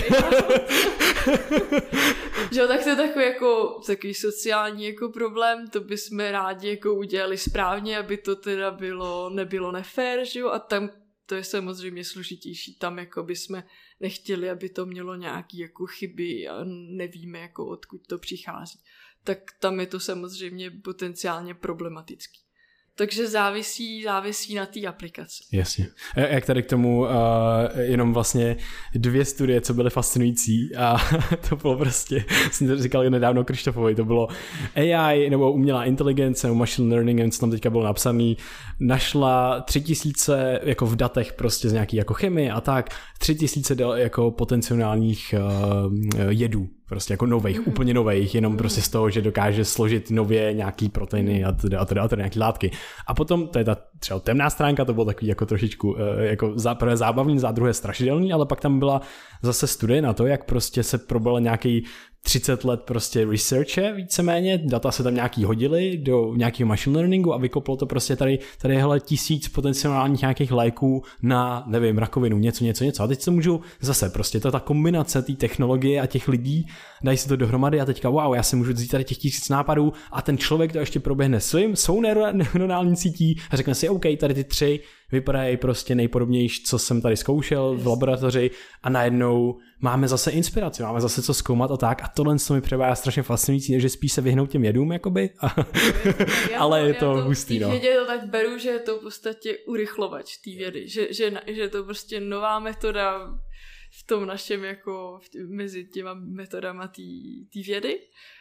Že jo, tak to je takový jako takový sociální jako problém, to bychom rádi jako udělali správně, aby to teda bylo, nebylo nefér, že jo, a tam to je samozřejmě složitější, tam jako bychom nechtěli, aby to mělo nějaký jako chyby a nevíme jako odkud to přichází. Tak tam je to samozřejmě potenciálně problematický. Takže závisí, závisí na té aplikaci. Jasně. Jak tady k tomu uh, jenom vlastně dvě studie, co byly fascinující a to bylo prostě, jsem to říkal nedávno Krištofovi, to bylo A I nebo umělá inteligence nebo machine learning, co tam teďka bylo napsaný, našla tři tisíce jako v datech prostě z nějaký jako chemie a tak, tři tisíce jako potenciálních uh, jedů, prostě jako nových, mm-hmm. úplně nových, jenom mm-hmm. prostě z toho, že dokáže složit nově nějaký proteiny a teda, a teda, a teda nějaký látky. A potom, to je ta třeba temná stránka, to bylo takový jako trošičku uh, jako za prvé zábavný, za druhé strašidelný, ale pak tam byla zase studie na to, jak prostě se probral nějaký třicet let prostě researche víceméně, data se tam nějaký hodily do nějakého machine learningu a vykoplo to prostě tady, tady hele tisíc potenciálních nějakých léků na, nevím, rakovinu, něco, něco, něco. A teď se můžu zase prostě, to ta kombinace té technologie a těch lidí, dají si to dohromady a teďka wow, já si můžu vzít tady těch tisíc nápadů a ten člověk to ještě proběhne svým, svou neuronální sítí a řekne si, OK, tady ty tři vypadají prostě nejpodobnější, co jsem tady zkoušel v laboratoři a najednou máme zase inspiraci, máme zase co zkoumat a tak a tohle to mi převádá strašně fascinující, že spíš se vyhnout těm jedům, jakoby, a, já ale to, je to já to hustý, no. Vědě to tak beru, že je to v podstatě urychlovač té vědy, že, že, že je to prostě nová metoda v tom našem jako mezi těma metodama té vědy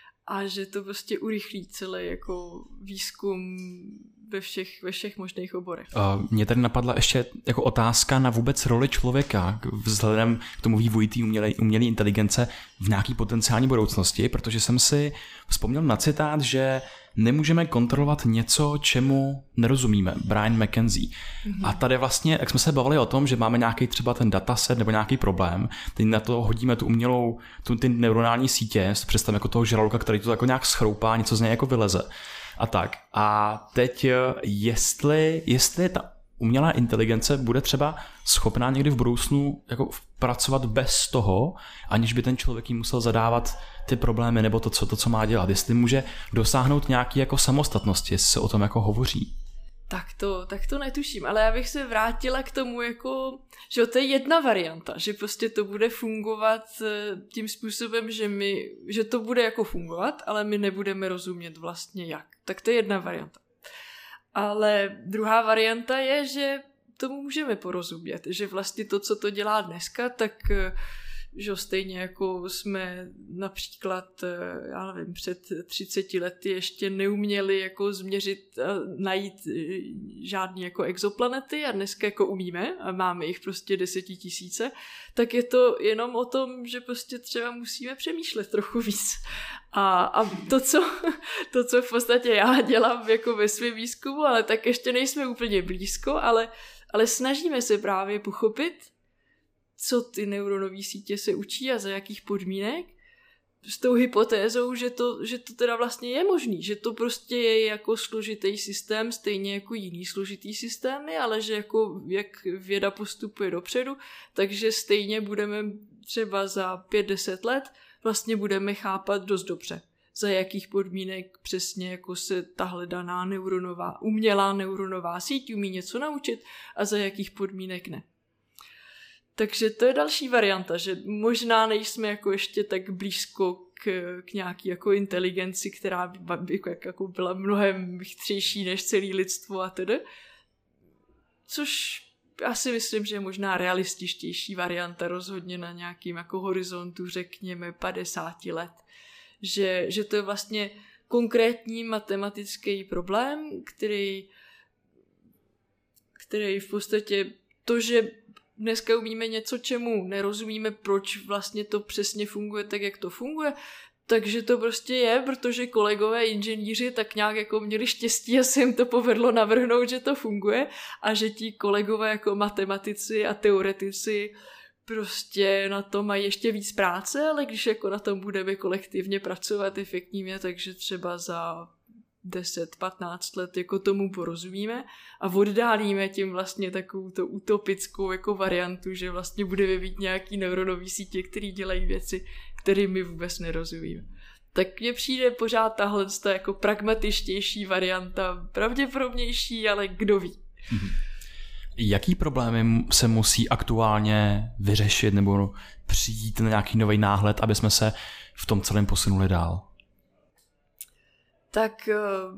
a že to prostě urychlí celý jako výzkum ve všech, ve všech možných oborech. Uh, mě tady napadla ještě jako otázka na vůbec roli člověka vzhledem k tomu vývoji té umělé, umělé inteligence v nějaký potenciální budoucnosti, protože jsem si vzpomněl na citát, že nemůžeme kontrolovat něco, čemu nerozumíme. Brian McKenzie. Mm-hmm. A tady vlastně, jak jsme se bavili o tom, že máme nějaký třeba ten dataset nebo nějaký problém, teď na to hodíme tu umělou, tu, ty neuronální sítě, představ jako toho žraloka, který to jako nějak schroupá, něco z něj jako vyleze. A tak. A teď, jestli, jestli ta umělá inteligence bude třeba schopná někdy v budoucnu jako pracovat bez toho, aniž by ten člověk jí musel zadávat ty problémy nebo to, co, to, co má dělat. Jestli může dosáhnout nějaký jako samostatnosti, jestli se o tom jako hovoří. Tak to, tak to netuším, ale já bych se vrátila k tomu jako, že to je jedna varianta, že prostě to bude fungovat tím způsobem, že my, že to bude jako fungovat, ale my nebudeme rozumět vlastně jak. Tak to je jedna varianta. Ale druhá varianta je, že tomu můžeme porozumět, že vlastně to, co to dělá dneska, tak že stejně jako jsme například, já nevím, před třiceti lety ještě neuměli jako změřit a najít žádný jako exoplanety a dneska jako umíme a máme jich prostě desetitisíce, tak je to jenom o tom, že prostě třeba musíme přemýšlet trochu víc. A, a to, co, to, co v podstatě já dělám jako ve svém výzkumu, ale tak ještě nejsme úplně blízko, ale, ale snažíme se právě pochopit, co ty neuronové sítě se učí a za jakých podmínek, s tou hypotézou, že to, že to teda vlastně je možný, že to prostě je jako složitý systém, stejně jako jiný složitý systémy, ale že jako jak věda postupuje dopředu, takže stejně budeme třeba za pět deset let vlastně budeme chápat dost dobře, za jakých podmínek přesně jako se tahle daná neuronová, umělá neuronová síť umí něco naučit a za jakých podmínek ne. Takže to je další varianta, že možná nejsme jako ještě tak blízko k, k nějaký jako inteligenci, která by jako, jako byla mnohem chytřejší než celý lidstvo a tedy. Což já si myslím, že je možná realističtější varianta rozhodně na nějakým jako horizontu, řekněme, padesáti let. Že, že to je vlastně konkrétní matematický problém, který, který v podstatě to, že dneska umíme něco, čemu nerozumíme, proč vlastně to přesně funguje tak, jak to funguje, takže to prostě je, protože kolegové inženýři tak nějak jako měli štěstí a se jim to povedlo navrhnout, že to funguje a že ti kolegové jako matematici a teoretici prostě na to mají ještě víc práce, ale když jako na tom budeme kolektivně pracovat efektivně, takže třeba za deset patnáct let jako tomu porozumíme a oddálíme tím vlastně takovou to utopickou jako variantu, že vlastně bude vyvíjet nějaký neuronový sítě, který dělají věci, které my vůbec nerozumíme. Tak mně přijde pořád tahle jako pragmatičtější varianta, pravděpodobnější, ale kdo ví. Jaký problémy se musí aktuálně vyřešit nebo přijít na nějaký nový náhled, aby jsme se v tom celém posunuli dál? Tak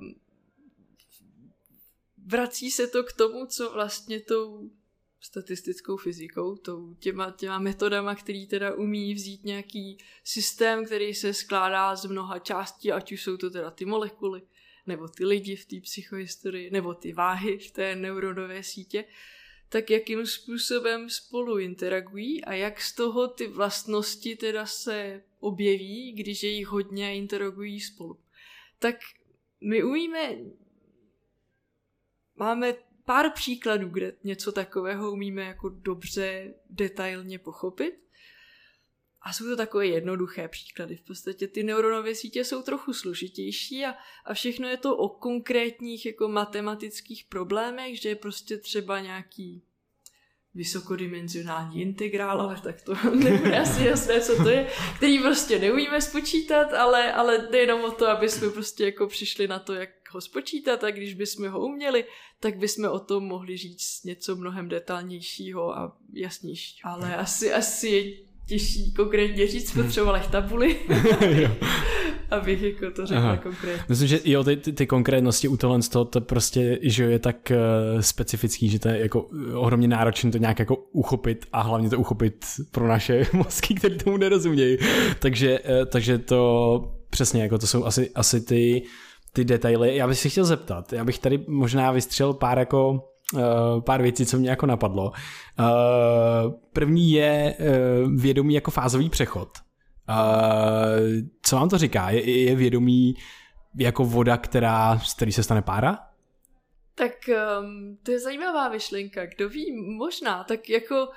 vrací se to k tomu, co vlastně tou statistickou fyzikou, tou těma, těma metodama, který teda umí vzít nějaký systém, který se skládá z mnoha částí, ať už jsou to teda ty molekuly, nebo ty lidi v té psychohistorii, nebo ty váhy v té neuronové sítě, tak jakým způsobem spolu interagují a jak z toho ty vlastnosti teda se objeví, když je jich hodně a interagují spolu. Tak my umíme, máme pár příkladů, kde něco takového umíme jako dobře, detailně pochopit. A jsou to takové jednoduché příklady. V podstatě ty neuronové sítě jsou trochu složitější a, a všechno je to o konkrétních jako matematických problémech, že je prostě třeba nějaký vysokodimenzionální integrál, ale tak to nebude asi jasné, co to je, který prostě neumíme spočítat, ale, ale jde jenom o to, aby jsme prostě jako přišli na to, jak ho spočítat a když bychom ho uměli, tak bychom o tom mohli říct něco mnohem detailnějšího a jasnějšího. Ale asi, asi je těžší konkrétně říct, potřebovala tabuli, abych jako to řekla konkrétně. Myslím, že jo, ty, ty, ty konkrétnosti u tohle z toho to prostě, že je tak uh, specifický, že to je jako ohromně náročné to nějak jako uchopit a hlavně to uchopit pro naše mozky, které tomu nerozumějí. takže, uh, takže to přesně, jako to jsou asi, asi ty, ty detaily. Já bych si chtěl zeptat, já bych tady možná vystřelil pár jako Uh, pár věcí, co mě jako napadlo. Uh, první je uh, vědomí jako fázový přechod. Uh, co vám to říká? Je, je vědomí jako voda, která, z který se stane pára? Tak um, to je zajímavá myšlenka. Kdo ví, možná. Tak jako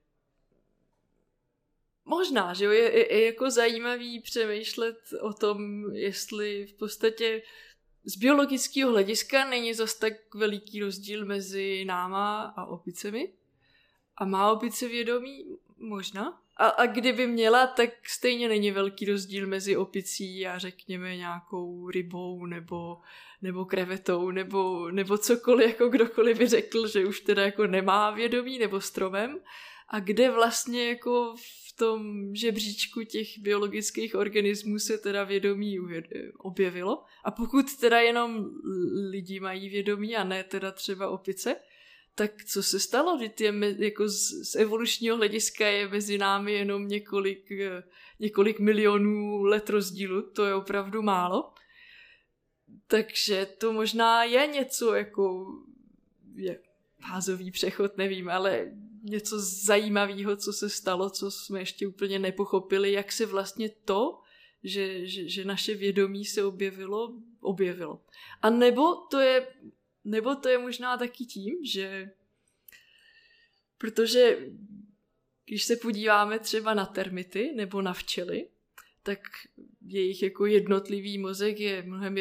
možná, že jo, je, je, je jako zajímavý přemýšlet o tom, jestli v podstatě z biologického hlediska není zas tak veliký rozdíl mezi náma a opicemi. A má opice vědomí? Možná. A, a kdyby měla, tak stejně není velký rozdíl mezi opicí a řekněme nějakou rybou nebo, nebo krevetou nebo, nebo cokoliv, jako kdokoliv by řekl, že už teda jako nemá vědomí nebo stromem. A kde vlastně jako v tom žebříčku těch biologických organismů se teda vědomí objevilo. A pokud teda jenom lidi mají vědomí a ne teda třeba opice, tak co se stalo? Že je jako z, z evolučního hlediska je mezi námi jenom několik, několik milionů let rozdílu, to je opravdu málo. Takže to možná je něco jako je fázový přechod, nevím, ale něco zajímavého, co se stalo, co jsme ještě úplně nepochopili, jak se vlastně to, že, že, že naše vědomí se objevilo, objevilo. A nebo to je, nebo to je možná taky tím, že protože když se podíváme třeba na termity nebo na včely, tak jejich jako jednotlivý mozek je mnohem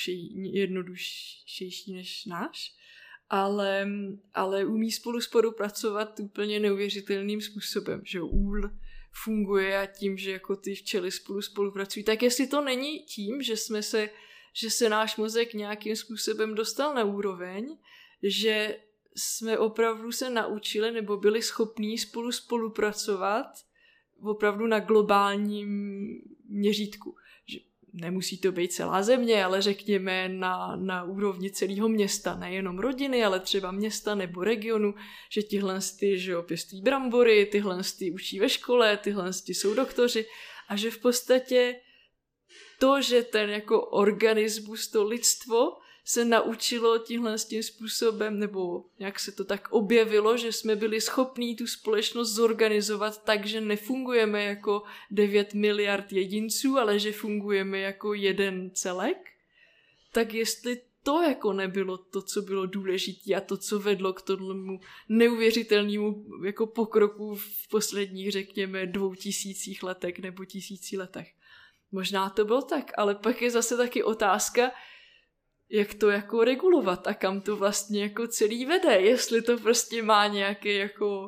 jednodušší než náš. Ale, ale umí spolu spolupracovat úplně neuvěřitelným způsobem, že úl funguje a tím, že jako ty včely spolu spolupracují. Tak jestli to není tím, že jsme se, že se náš mozek nějakým způsobem dostal na úroveň, že jsme opravdu se naučili nebo byli schopní spolu spolupracovat opravdu na globálním měřítku. Že nemusí to být celá země, ale řekněme na, na úrovni celého města, nejenom rodiny, ale třeba města nebo regionu, že tihle ty, že jo, pěstují brambory, tyhle ty učí ve škole, tyhle ty jsou doktoři a že v podstatě to, že ten jako organismus, to lidstvo se naučilo tímhle tím způsobem, nebo jak se to tak objevilo, že jsme byli schopní tu společnost zorganizovat tak, že nefungujeme jako devět miliard jedinců, ale že fungujeme jako jeden celek, tak jestli to jako nebylo to, co bylo důležité a to, co vedlo k tomu neuvěřitelnému jako pokroku v posledních, řekněme, dvou tisících letech nebo tisíci letech. Možná to bylo tak, ale pak je zase taky otázka, jak to jako regulovat a kam to vlastně jako celý vede, jestli to prostě má nějaký jako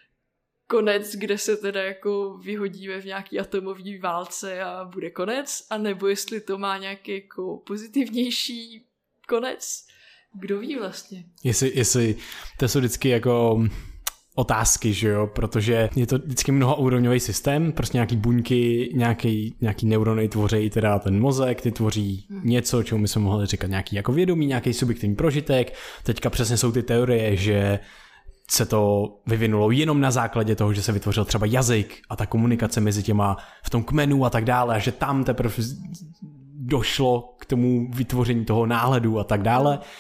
konec, kde se teda jako vyhodíme v nějaký atomový válce a bude konec, anebo jestli to má nějaký jako pozitivnější konec, kdo ví vlastně. Jestli, jestli to jsou vždycky jako otázky, že jo, protože je to vždycky mnohoúrovňový systém, prostě nějaký buňky, nějaký, nějaký neurony tvoří teda ten mozek, ty tvoří hmm. něco, čemu my jsme mohli říkat nějaký jako vědomí, nějaký subjektivní prožitek. Teďka přesně jsou ty teorie, že se to vyvinulo jenom na základě toho, že se vytvořil třeba jazyk a ta komunikace mezi těma v tom kmenu a tak dále, a že tam teprve došlo k tomu vytvoření toho náhledu a tak dále.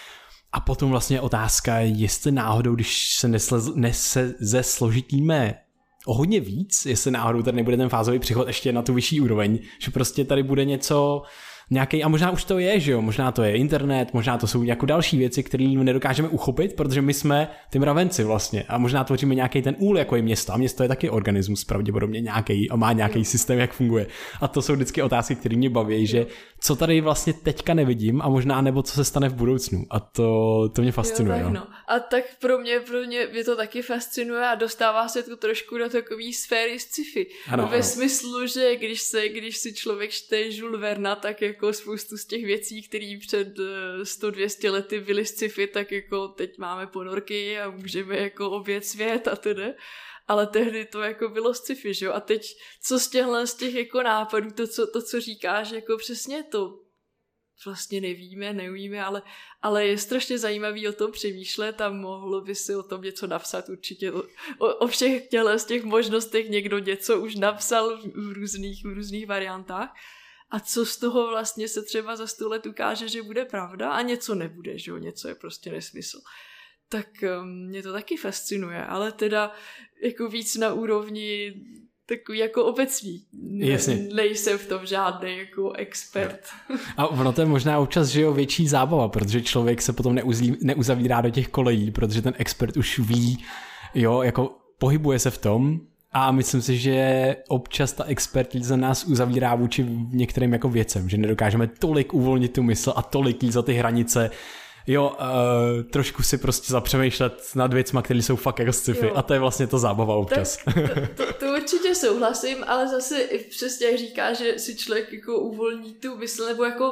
A potom vlastně otázka, jestli náhodou, když se neslez, nese, zesložitíme o hodně víc, jestli náhodou tady nebude ten fázový přechod ještě na tu vyšší úroveň, že prostě tady bude něco, nějaký, a možná už to je, že jo, možná to je internet, možná to jsou jako další věci, které nedokážeme uchopit, protože my jsme ty mravenci vlastně a možná tvoříme nějaký ten úl, jako je město, a město je taky organismus pravděpodobně nějaký a má nějaký systém, jak funguje. A to jsou vždycky otázky, které mě baví, že co tady vlastně teďka nevidím a možná nebo co se stane v budoucnu. A to, to mě fascinuje. Jo, tak no. A tak pro mě, pro mě, mě to taky fascinuje a dostává se to trošku do takové sféry sci-fi. Ano, Ve ano. smyslu, že když se, když si člověk čte Jules Verna, tak jako spoustu z těch věcí, které před sto dvě stě lety byly sci-fi, tak jako teď máme ponorky a můžeme jako obět svět a tedy. Ale tehdy to jako bylo sci-fi, že jo? A teď co z těchhle z těch jako nápadů, to co, to, co říkáš, jako přesně to vlastně nevíme, neumíme, ale, ale je strašně zajímavý o tom přemýšlet a mohlo by si o tom něco napsat určitě. O, o všech těchhle z těch možnostech někdo něco už napsal v různých, v různých variantách. A co z toho vlastně se třeba za sto let ukáže, že bude pravda a něco nebude, že jo? Něco je prostě nesmysl. Tak um, mě to taky fascinuje, ale teda jako víc na úrovni takový jako obecný. Ne, nejsem v tom žádný jako expert. A ono to je možná občas, že jo, větší zábava, protože člověk se potom neuzlí, neuzavírá do těch kolejí, protože ten expert už ví, jo, jako pohybuje se v tom a myslím si, že občas ta expertíza nás uzavírá vůči některým jako věcem, že nedokážeme tolik uvolnit tu mysl a tolik jít za ty hranice. Jo, uh, trošku si prostě zapřemýšlet nad věcma, které jsou fakt jako sci-fi jo. A to je vlastně to zábava občas. Tak, to, to, to určitě souhlasím, ale zase přesně jak říká, že si člověk jako uvolní tu mysl, nebo jako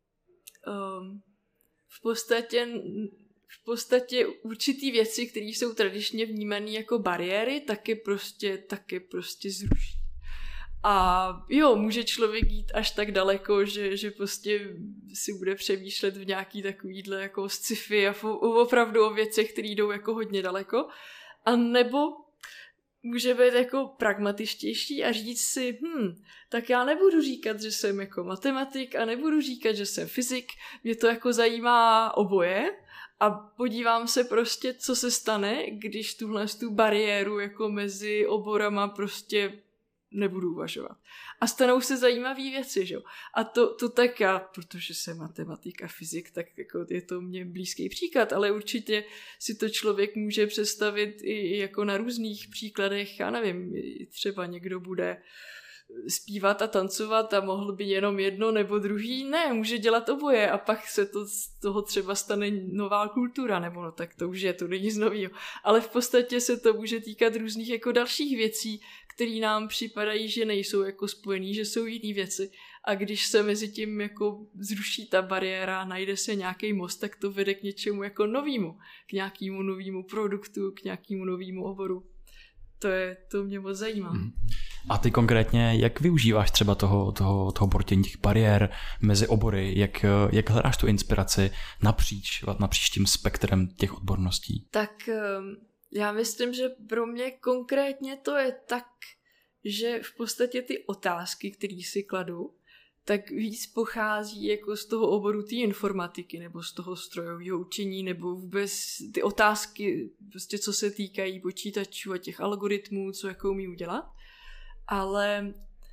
um, v podstatě v podstatě určitý věci, které jsou tradičně vnímané jako bariéry, taky prostě, taky prostě zruší. A jo, může člověk jít až tak daleko, že, že prostě si bude přemýšlet v nějaký takovýhle jako sci-fi a opravdu o věcech, které jdou jako hodně daleko. A nebo může být jako pragmatičtější a říct si, hm, tak já nebudu říkat, že jsem jako matematik a nebudu říkat, že jsem fyzik, mě to jako zajímá oboje a podívám se prostě, co se stane, když tuhle tu bariéru jako mezi oborama prostě nebudu uvažovat. A stanou se zajímavé věci, že jo. A to, to tak já, protože jsem matematik a fyzik, tak jako je to mně blízký příklad, ale určitě si to člověk může představit i jako na různých příkladech, já nevím, třeba někdo bude zpívat a tancovat a mohl by jenom jedno nebo druhý, ne, může dělat oboje a pak se to z toho třeba stane nová kultura, nebo no tak to už je, to není nic novýho. Ale v podstatě se to může týkat různých jako dalších věcí, které nám připadají, že nejsou jako spojený, že jsou jiný věci. A když se mezi tím jako zruší ta bariéra, najde se nějaký most, tak to vede k něčemu jako novému, k nějakému novému produktu, k nějakému novému oboru. To je, to mě moc zajímá. A ty konkrétně, jak využíváš třeba toho, toho, toho bortění těch bariér mezi obory? Jak, jak hledáš tu inspiraci napříč, napříč tím spektrem těch odborností? Tak já myslím, že pro mě konkrétně to je tak, že v podstatě ty otázky, které si kladu, tak víc pochází jako z toho oboru té informatiky nebo z toho strojového učení nebo vůbec ty otázky, prostě co se týkají počítačů a těch algoritmů, co jako umí udělat. Ale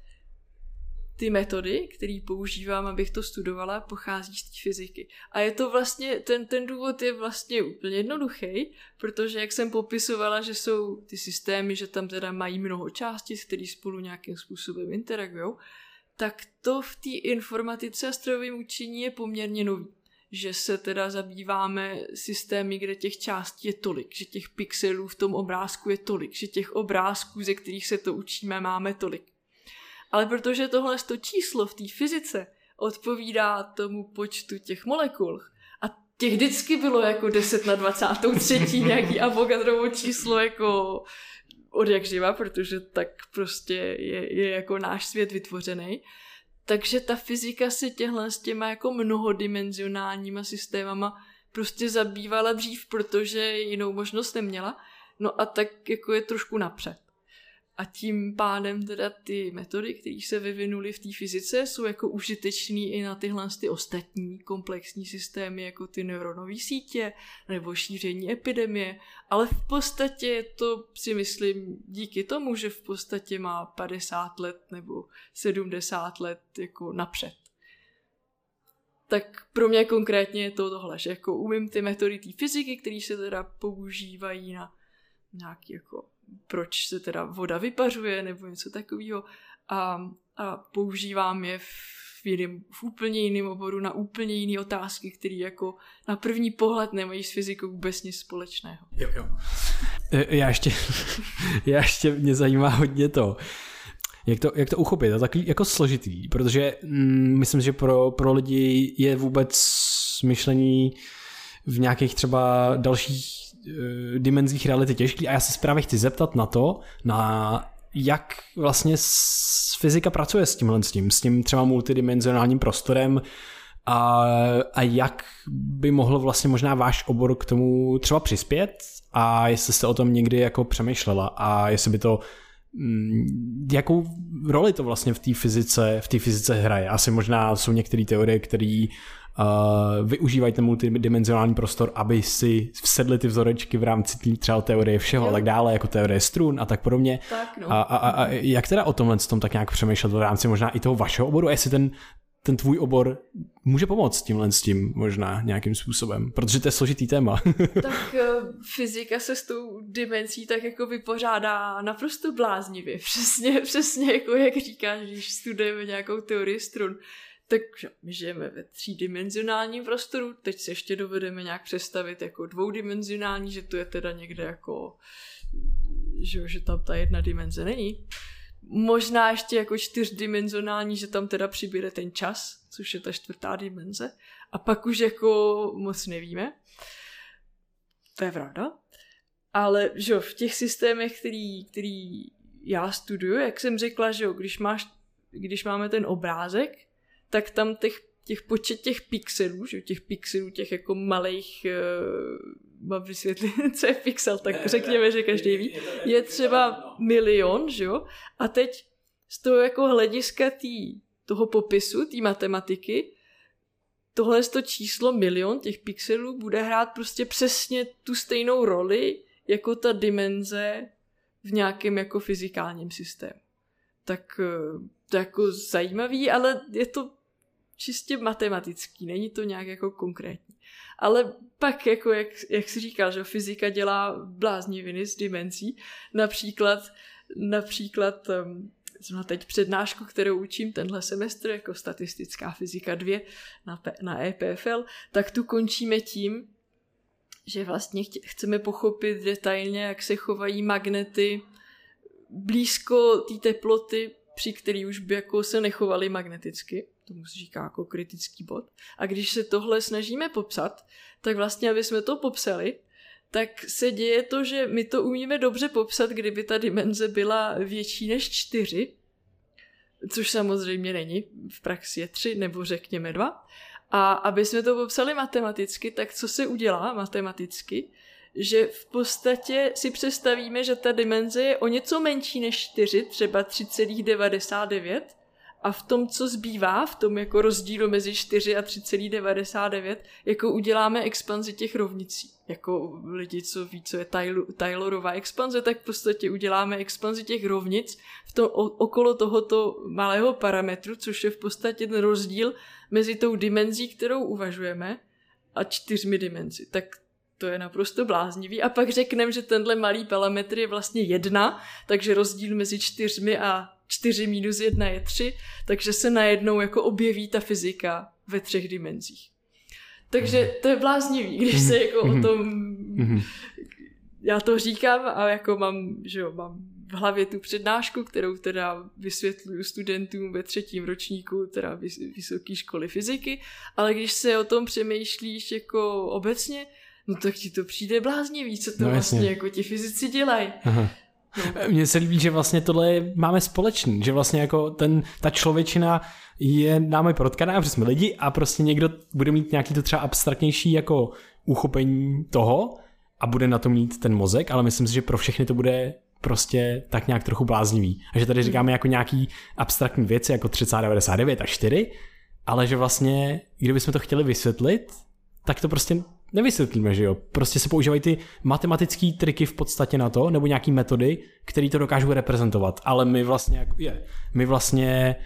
ty metody, které používám, abych to studovala, pochází z té fyziky. A je to vlastně, ten, ten důvod je vlastně úplně jednoduchý, protože jak jsem popisovala, že jsou ty systémy, že tam teda mají mnoho částic, které spolu nějakým způsobem interagujou, tak to v té informatice a strojovém učení je poměrně nový. Že se teda zabýváme systémy, kde těch částí je tolik, že těch pixelů v tom obrázku je tolik, že těch obrázků, ze kterých se to učíme, máme tolik. Ale protože tohle to číslo v té fyzice odpovídá tomu počtu těch molekul a těch vždycky bylo jako deset na dvacet tři nějaký Avogadrovo číslo jako od jak živa, protože tak prostě je, je jako náš svět vytvořený. Takže ta fyzika se těhle s těma jako mnohodimenzionálníma systémama prostě zabývala dřív, protože jinou možnost neměla. No a tak jako je trošku napřed. A tím pádem teda ty metody, které se vyvinuly v té fyzice, jsou jako užitečný i na tyhle ty ostatní komplexní systémy, jako ty neuronové sítě nebo šíření epidemie, ale v podstatě to si myslím díky tomu, že v podstatě má padesát let nebo sedmdesát let jako napřed. Tak pro mě konkrétně je to tohle, že jako umím ty metody té fyziky, které se teda používají na nějaký jako proč se teda voda vypařuje nebo něco takového a, a používám je v, jiným, v úplně jiném oboru na úplně jiné otázky, které jako na první pohled nemají s fyzikou vůbec nic společného. Jo, jo. Já ještě, já ještě mě zajímá hodně to, jak to, jak to uchopit, to takový jako složitý, protože mm, myslím, že pro, pro lidi je vůbec myšlení v nějakých třeba dalších dimenzích reality těžký a já se právě chci zeptat na to, na jak vlastně fyzika pracuje s tímhle s tím, s tím třeba multidimenzionálním prostorem a, a jak by mohl vlastně možná váš obor k tomu třeba přispět a jestli jste o tom někdy jako přemýšlela a jestli by to jakou roli to vlastně v té fyzice, v té fyzice hraje. Asi možná jsou některé teorie, které Uh, využívají ten multidimenzionální prostor, aby si vsedli ty vzorečky v rámci tý třeba teorie všeho a tak dále, jako teorie strun a tak podobně. Tak, no. a, a, a jak teda o tomhle tom tak nějak přemýšlet v rámci možná i toho vašeho oboru, jestli ten, ten tvůj obor může pomoct tímhle s tím možná nějakým způsobem, protože to je složitý téma. Tak fyzika se s tou dimenzí tak jako vypořádá naprosto bláznivě. Přesně, přesně jako jak říkáš, když studujeme nějakou teorii strun. Takže my žijeme ve třídimenzionálním prostoru, teď se ještě dovedeme nějak představit jako dvoudimenzionální, že to je teda někde jako, že, že tam ta jedna dimenze není. Možná ještě jako čtyřdimenzionální, že tam teda přibude ten čas, což je ta čtvrtá dimenze. A pak už jako moc nevíme. To je pravda. Ale že v těch systémech, který, který já studuju, jak jsem řekla, že když, máš, když máme ten obrázek, tak tam těch, těch počet těch pixelů, že těch pixelů, těch jako malých, uh, mám vysvětlit, co je pixel, tak ne, řekněme, že každý ví, je třeba milion, že jo? A teď z toho jako hlediska tý, toho popisu, té matematiky, tohle to číslo milion těch pixelů bude hrát prostě přesně tu stejnou roli, jako ta dimenze v nějakém jako fyzikálním systému. Tak to je jako zajímavý, ale je to čistě matematický, není to nějak jako konkrétní. Ale pak, jako jak, jak jsi říkal, že fyzika dělá blázniviny z dimenzí, například, například um, teď přednášku, kterou učím tenhle semestr, jako statistická fyzika dva na, na E P F L, tak tu končíme tím, že vlastně chtě, chceme pochopit detailně, jak se chovají magnety blízko té teploty, při který už by jako se nechovaly magneticky. Tomu se říká jako kritický bod. A když se tohle snažíme popsat, tak vlastně, aby jsme to popsali, tak se děje to, že my to umíme dobře popsat, kdyby ta dimenze byla větší než čtyři, což samozřejmě není, v praxi je tři nebo řekněme dva. A aby jsme to popsali matematicky, tak co se udělá matematicky, že v podstatě si představíme, že ta dimenze je o něco menší než čtyři, třeba tři celá devadesát devět, a v tom, co zbývá, v tom jako rozdílu mezi čtyři a tři celá devadesát devět, jako uděláme expanzi těch rovnicí. Jako lidi, co ví, co je Taylorova expanze, tak v podstatě uděláme expanzi těch rovnic v tom, okolo tohoto malého parametru, což je v podstatě ten rozdíl mezi tou dimenzí, kterou uvažujeme, a čtyřmi dimenzi. Tak to je naprosto bláznivý. A pak řekneme, že tenhle malý parametr je vlastně jedna, takže rozdíl mezi čtyřmi a čtyři minus jedna je tři, takže se najednou jako objeví ta fyzika ve třech dimenzích. Takže to je bláznivý, když se jako o tom... Já to říkám a jako mám, že jo, mám v hlavě tu přednášku, kterou teda vysvětluju studentům ve třetím ročníku teda vysoké školy fyziky, ale když se o tom přemýšlíš jako obecně, no tak ti to přijde bláznivý, co to no, vlastně jasně. Jako ti fyzici dělají. No. Mně se líbí, že vlastně tohle máme společný, že vlastně jako ten, ta člověčina je námi protkaná, protože jsme lidi a prostě někdo bude mít nějaký to třeba abstraktnější jako uchopení toho a bude na to mít ten mozek, ale myslím si, že pro všechny to bude prostě tak nějak trochu bláznivý. A že tady říkáme jako nějaký abstraktní věci, jako třicet devadesát devět a čtyři, ale že vlastně, kdybychom to chtěli vysvětlit, tak to prostě nevysvětlíme, že jo. Prostě se používají ty matematické triky v podstatě na to, nebo nějaký metody, které to dokážou reprezentovat. Ale my vlastně, jako je, my vlastně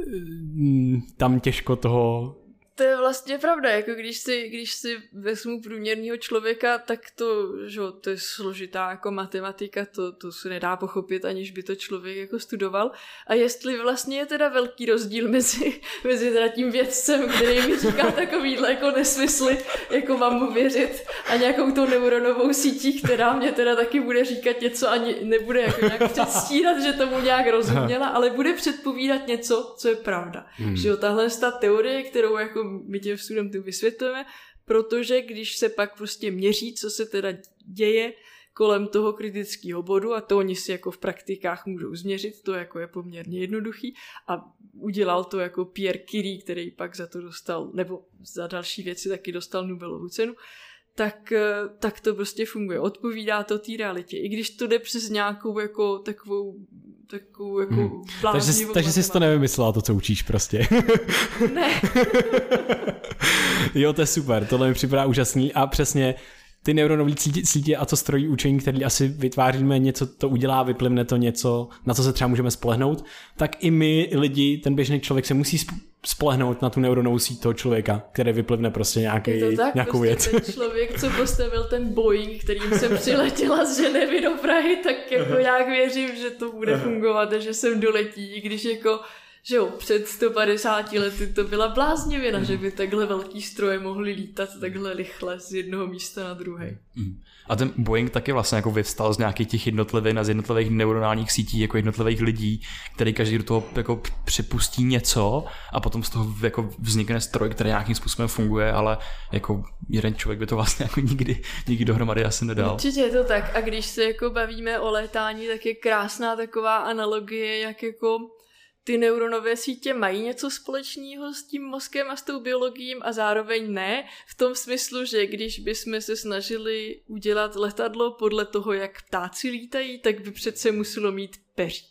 tam těžko toho... To je vlastně pravda, jako když si, když si vezmu průměrného člověka, tak to, že to je složitá jako matematika, to, to se nedá pochopit, aniž by to člověk jako studoval. A jestli vlastně je teda velký rozdíl mezi, mezi teda tím vědcem, který mi říká takovýhle jako nesmysly, jako mám mu věřit, a nějakou tou neuronovou sítí, která mě teda taky bude říkat něco a nebude jako nějak předstírat, že tomu nějak rozuměla, ale bude předpovídat něco, co je pravda. Hmm. Že jo, tahle ta teorie, kterou jako my těm studentům vysvětlujeme, protože když se pak prostě měří, co se teda děje kolem toho kritického bodu, a to oni si jako v praktikách můžou změřit, to jako je poměrně jednoduchý, a udělal to jako Pierre Curie, který pak za to dostal, nebo za další věci taky dostal Nobelovu cenu, tak, tak to prostě funguje. Odpovídá to té realitě. I když to jde přes nějakou jako takovou takovou jako hmm. Takže, takže jsi to nevymyslela, to, co učíš prostě. Ne. Jo, to je super, tohle mi připadá úžasný a přesně ty neuronové sítě a to strojí učení, který asi vytváříme, něco to udělá, vyplivne to něco, na co se třeba můžeme spolehnout, tak i my lidi, ten běžný člověk se musí spolehnout na tu neuronovou síť toho člověka, který vyplivne prostě nějaký, je to tak, nějakou prostě věc. Ten člověk, co postavil ten Boeing, kterým jsem přiletěla z Ženevy do Prahy, tak jako nějak věřím, že to bude fungovat a že sem doletí, i když jako že jo, před sto padesáti lety to byla bláznivina, mm. že by takhle velký stroje mohly lítat takhle rychle z jednoho místa na druhé. Mm. A ten Boeing taky vlastně jako vyvstal z nějakých těch jednotlivých a z jednotlivých neuronálních sítí jako jednotlivých lidí, který každý do toho jako připustí něco a potom z toho jako vznikne stroj, který nějakým způsobem funguje, ale jako jeden člověk by to vlastně jako nikdy, nikdy dohromady asi nedal. Určitě je to tak. A když se jako bavíme o létání, tak je krásná taková analogie, jak jako ty neuronové sítě mají něco společného s tím mozkem a s tou biologií a zároveň ne, v tom smyslu, že když bychom se snažili udělat letadlo podle toho, jak ptáci lítají, tak by přece muselo mít peří.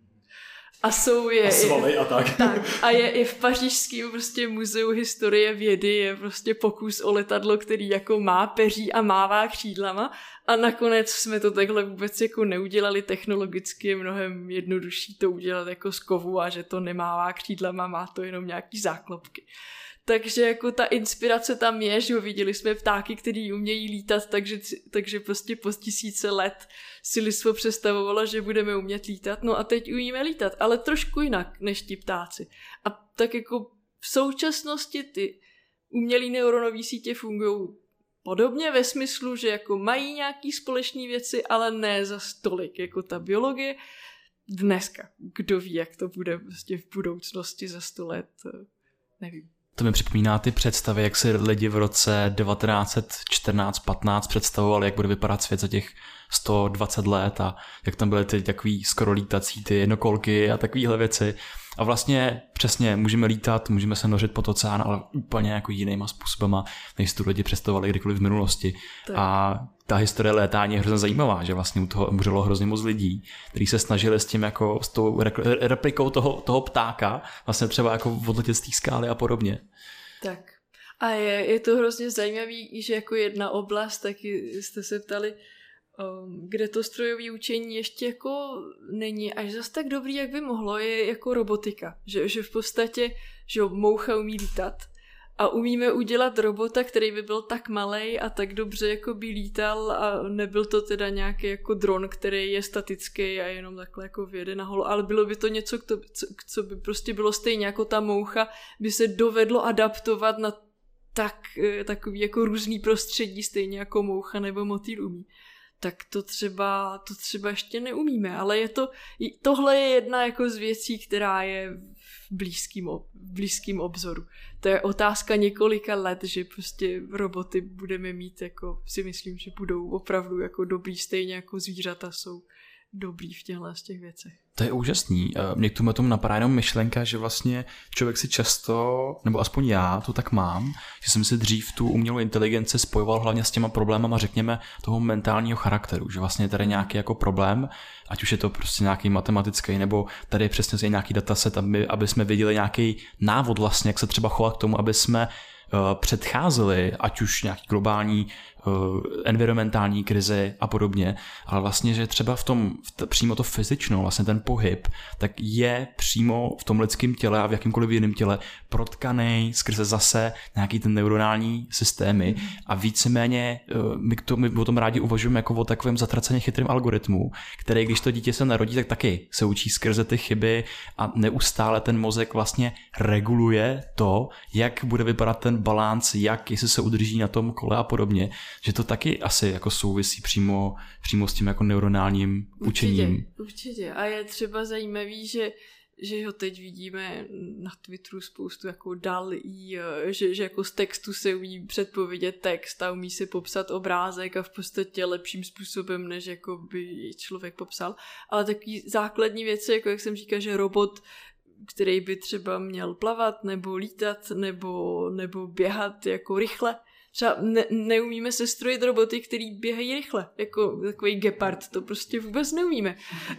A jsou je... A svaly a tak. tak. A je i v pařížském prostě muzeu historie vědy je prostě pokus o letadlo, který jako má peří a mává křídlama. A nakonec jsme to takhle vůbec jako neudělali, technologicky je mnohem jednodušší to udělat jako z kovu a že to nemává křídlama, má to jenom nějaký záklopky. Takže jako ta inspirace tam je, že viděli jsme ptáky, který umějí lítat, takže, takže prostě po tisíce let si lidstvo představovalo, že budeme umět lítat. No a teď umíme lítat, ale trošku jinak než ti ptáci. A tak jako v současnosti ty umělý neuronové sítě fungují podobně ve smyslu, že jako mají nějaký společné věci, ale ne za stolik, jako ta biologie. Dneska, kdo ví, jak to bude prostě v budoucnosti za sto let, nevím. To mi připomíná ty představy, jak si lidi v roce devatenáct čtrnáct patnáct představovali, jak bude vypadat svět za těch sto dvacet let a jak tam byly ty takový skoro lítací ty jednokolky a takovéhle věci. A vlastně přesně můžeme lítat, můžeme se nořit pod oceán, ale úplně jako jinýma způsobama, než si tu lidi představovali kdykoliv v minulosti. Tak. A ta historie létání je hrozně zajímavá, že vlastně u toho umřelo hrozně moc lidí, kteří se snažili s tím jako s tou replikou toho, toho ptáka, vlastně třeba jako odletět z té skály a podobně. Tak. A je, je to hrozně zajímavý, že jako jedna oblast, taky jste se ptali, Um, kde to strojové učení ještě jako není až zas tak dobrý, jak by mohlo, je jako robotika. Že, že v podstatě, že moucha umí lítat a umíme udělat robota, který by byl tak malej a tak dobře jako by lítal a nebyl to teda nějaký jako dron, který je statický a jenom takhle jako vyjede na holo, ale bylo by to něco, co, co by prostě bylo stejně jako ta moucha, by se dovedlo adaptovat na tak, takový jako různý prostředí, stejně jako moucha nebo motýl umí. Tak to třeba, to třeba ještě neumíme, ale je to, tohle je jedna jako z věcí, která je v blízkým, v blízkým obzoru. To je otázka několika let, že prostě roboty budeme mít, jako si myslím, že budou opravdu jako dobrý, stejně jako zvířata jsou dobrý v těchto z těch věcech. To je úžasný. Mě k tomu tomu napadá jenom myšlenka, že vlastně člověk si často, nebo aspoň já to tak mám, že jsem si dřív tu umělou inteligenci spojoval hlavně s těma problémama, řekněme, toho mentálního charakteru, že vlastně tady je nějaký jako problém, ať už je to prostě nějaký matematický, nebo tady je přesně nějaký dataset, aby, aby jsme viděli nějaký návod vlastně, jak se třeba chovat k tomu, aby jsme předcházeli, ať už nějaký globální uh, environmentální krizi a podobně, ale vlastně, že třeba v tom, v t- přímo to fyzično, vlastně ten pohyb, tak je přímo v tom lidském těle a v jakýmkoliv jiném těle protkanej skrze zase nějaký ten neuronální systémy a víceméně uh, my, k tomu, my o tom rádi uvažujeme jako o takovém zatraceně chytrým algoritmu, který, když to dítě se narodí, tak taky se učí skrze ty chyby a neustále ten mozek vlastně reguluje to, jak bude vypadat ten balans, jak, jestli se udrží na tom kole a podobně, že to taky asi jako souvisí přímo, přímo s tím jako neuronálním určitě, učením. Určitě. A je třeba zajímavý, že že ho teď vidíme na Twitteru spoustu jako dal-í, že, že jako z textu se umí předpovědět text a umí si popsat obrázek a v podstatě lepším způsobem, než jako by člověk popsal. Ale takový základní věci, jako jak jsem říkal, že robot, který by třeba měl plavat nebo lítat nebo, nebo běhat jako rychle. Třeba ne, neumíme sestrojit roboty, který běhají rychle, jako takový gepard, to prostě vůbec neumíme.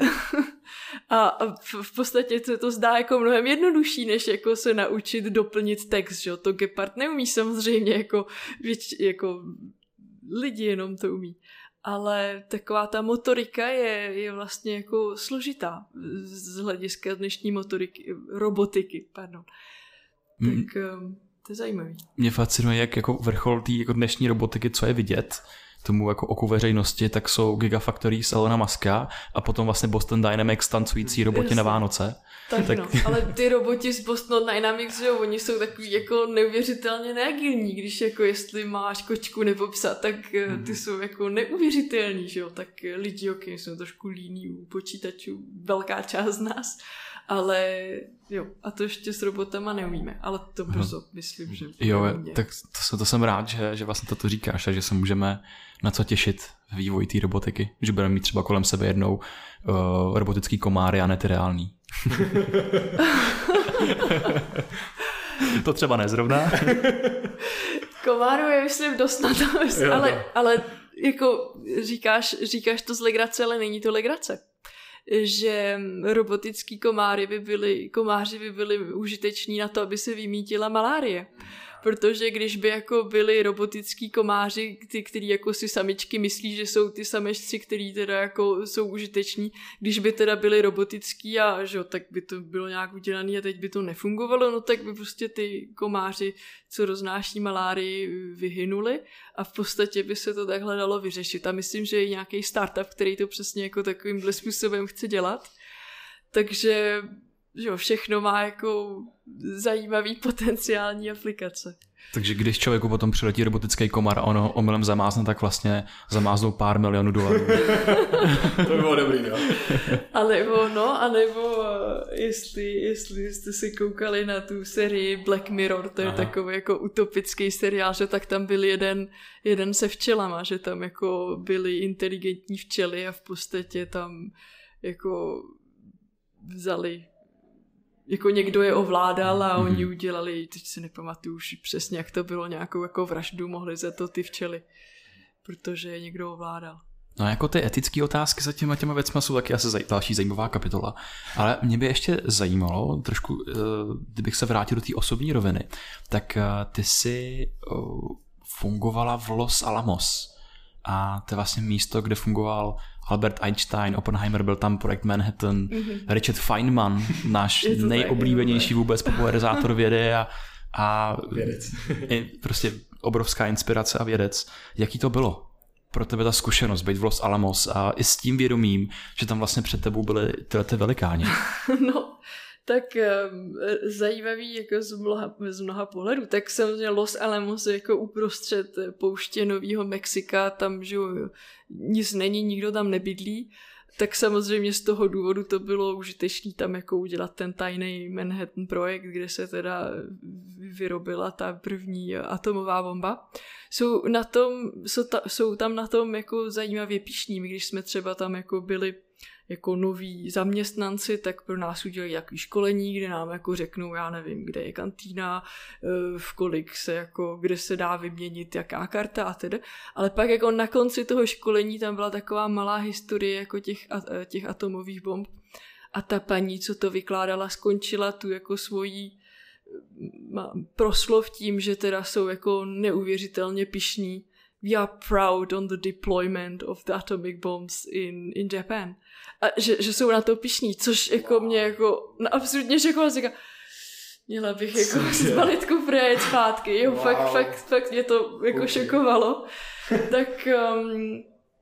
a, a v, v podstatě to, to zdá jako mnohem jednodušší, než jako se naučit doplnit text, že? To gepard neumí samozřejmě, jako, věč, jako lidi jenom to umí. Ale taková ta motorika je, je vlastně jako složitá z hlediska dnešní motoriky, robotiky, pardon. Mm. Tak um, to je zajímavý. Mě fascinuje, jak jako vrchol té jako dnešní robotiky, co je vidět, tomu jako oku veřejnosti, tak jsou Gigafactory z Elona Muska a potom vlastně Boston Dynamics tancující roboti Jasně. na Vánoce. Tak, tak no, ale ty roboti z Boston Dynamics, že jo, oni jsou takový jako neuvěřitelně neagilní, když jako jestli máš kočku nebo psa, tak hmm. ty jsou jako neuvěřitelní, že jo, tak lidi, ok, jsou trošku líní u počítačů, velká část z nás, ale jo, a to ještě s robotama neumíme, ale to brzo myslím, že jo, tak to, to jsem rád, že, že vlastně toto říkáš a že se můžeme na co těšit v vývoji té robotiky, že budeme mít třeba kolem sebe jednou uh, robotický komáry a ne ty reální. To třeba nezrovna. Komárů je myslím dost na to, jo, ale, ale jako říkáš, říkáš to z legrace, ale není to legrace. Že robotický komáry by byly, komáři by byli užiteční na to, aby se vymítila malárie. Protože když by jako byli robotický komáři, ty, který jako si samičky myslí, že jsou ty samečci, který teda jako jsou užiteční, když by teda byli robotický a že jo, tak by to bylo nějak udělané a teď by to nefungovalo, no tak by prostě ty komáři, co roznáší malárii, vyhynuli a v podstatě by se to takhle dalo vyřešit. A myslím, že je nějaký startup, který to přesně jako takovýmhle způsobem chce dělat. Takže že jo, všechno má jako zajímavý potenciální aplikace. Takže když člověku potom přiletí robotický komar a ono omylem zamázne, tak vlastně zamáznou pár milionů dolarů. To by bylo dobrý, no. A nebo, no, a nebo jestli, jestli jste si koukali na tu sérii Black Mirror, to je Aha. takový jako utopický seriál, že tak tam byl jeden, jeden se včelama, že tam jako byly inteligentní včely a v podstatě tam jako vzali jako někdo je ovládal a mm. oni udělali, teď si nepamatuju už přesně, jak to bylo, nějakou jako vraždu, mohli za to ty včely, protože je někdo ovládal. No jako ty etické otázky za těma těma věcma jsou taky asi další zajímavá kapitola. Ale mě by ještě zajímalo, trošku, kdybych se vrátil do té osobní roviny, tak ty jsi fungovala v Los Alamos. A to je vlastně místo, kde fungoval Albert Einstein, Oppenheimer, byl tam projekt Manhattan, mm-hmm. Richard Feynman, náš nejoblíbenější tak, vůbec popularizátor vědy a, a vědec. Prostě obrovská inspirace a vědec. Jaký to bylo pro tebe ta zkušenost být v Los Alamos a i s tím vědomím, že tam vlastně před tebou byly tyhle ty velikáni? No, tak um, zajímavý jako z mnoha, z mnoha pohledů. Tak samozřejmě Los Alamos je jako uprostřed pouště Nového Mexika, tam že nic není, nikdo tam nebydlí, tak samozřejmě z toho důvodu to bylo užitečné tam jako udělat ten tajný Manhattan projekt, kde se teda vyrobila ta první atomová bomba. Jsou, na tom, jsou, ta, jsou tam na tom jako zajímavě pyšní, když jsme třeba tam jako byli jako noví zaměstnanci, tak pro nás udělají jaký školení, kde nám jako řeknou, já nevím, kde je kantýna, v kolik se jako, kde se dá vyměnit jaká karta a tedy. Ale pak jako na konci toho školení tam byla taková malá historie jako těch, těch atomových bomb a ta paní, co to vykládala, skončila tu jako svoji proslov tím, že teda jsou jako neuvěřitelně pyšní. We are proud on the deployment of the atomic bombs in, in Japan. A že, že jsou na to pyšní, což jako wow. mě jako no, absolutně šokovalo. Říká, měla bych jako z balitku projet zpátky. Jo, wow. fakt, fakt, fakt mě to jako okay. šokovalo. Tak um,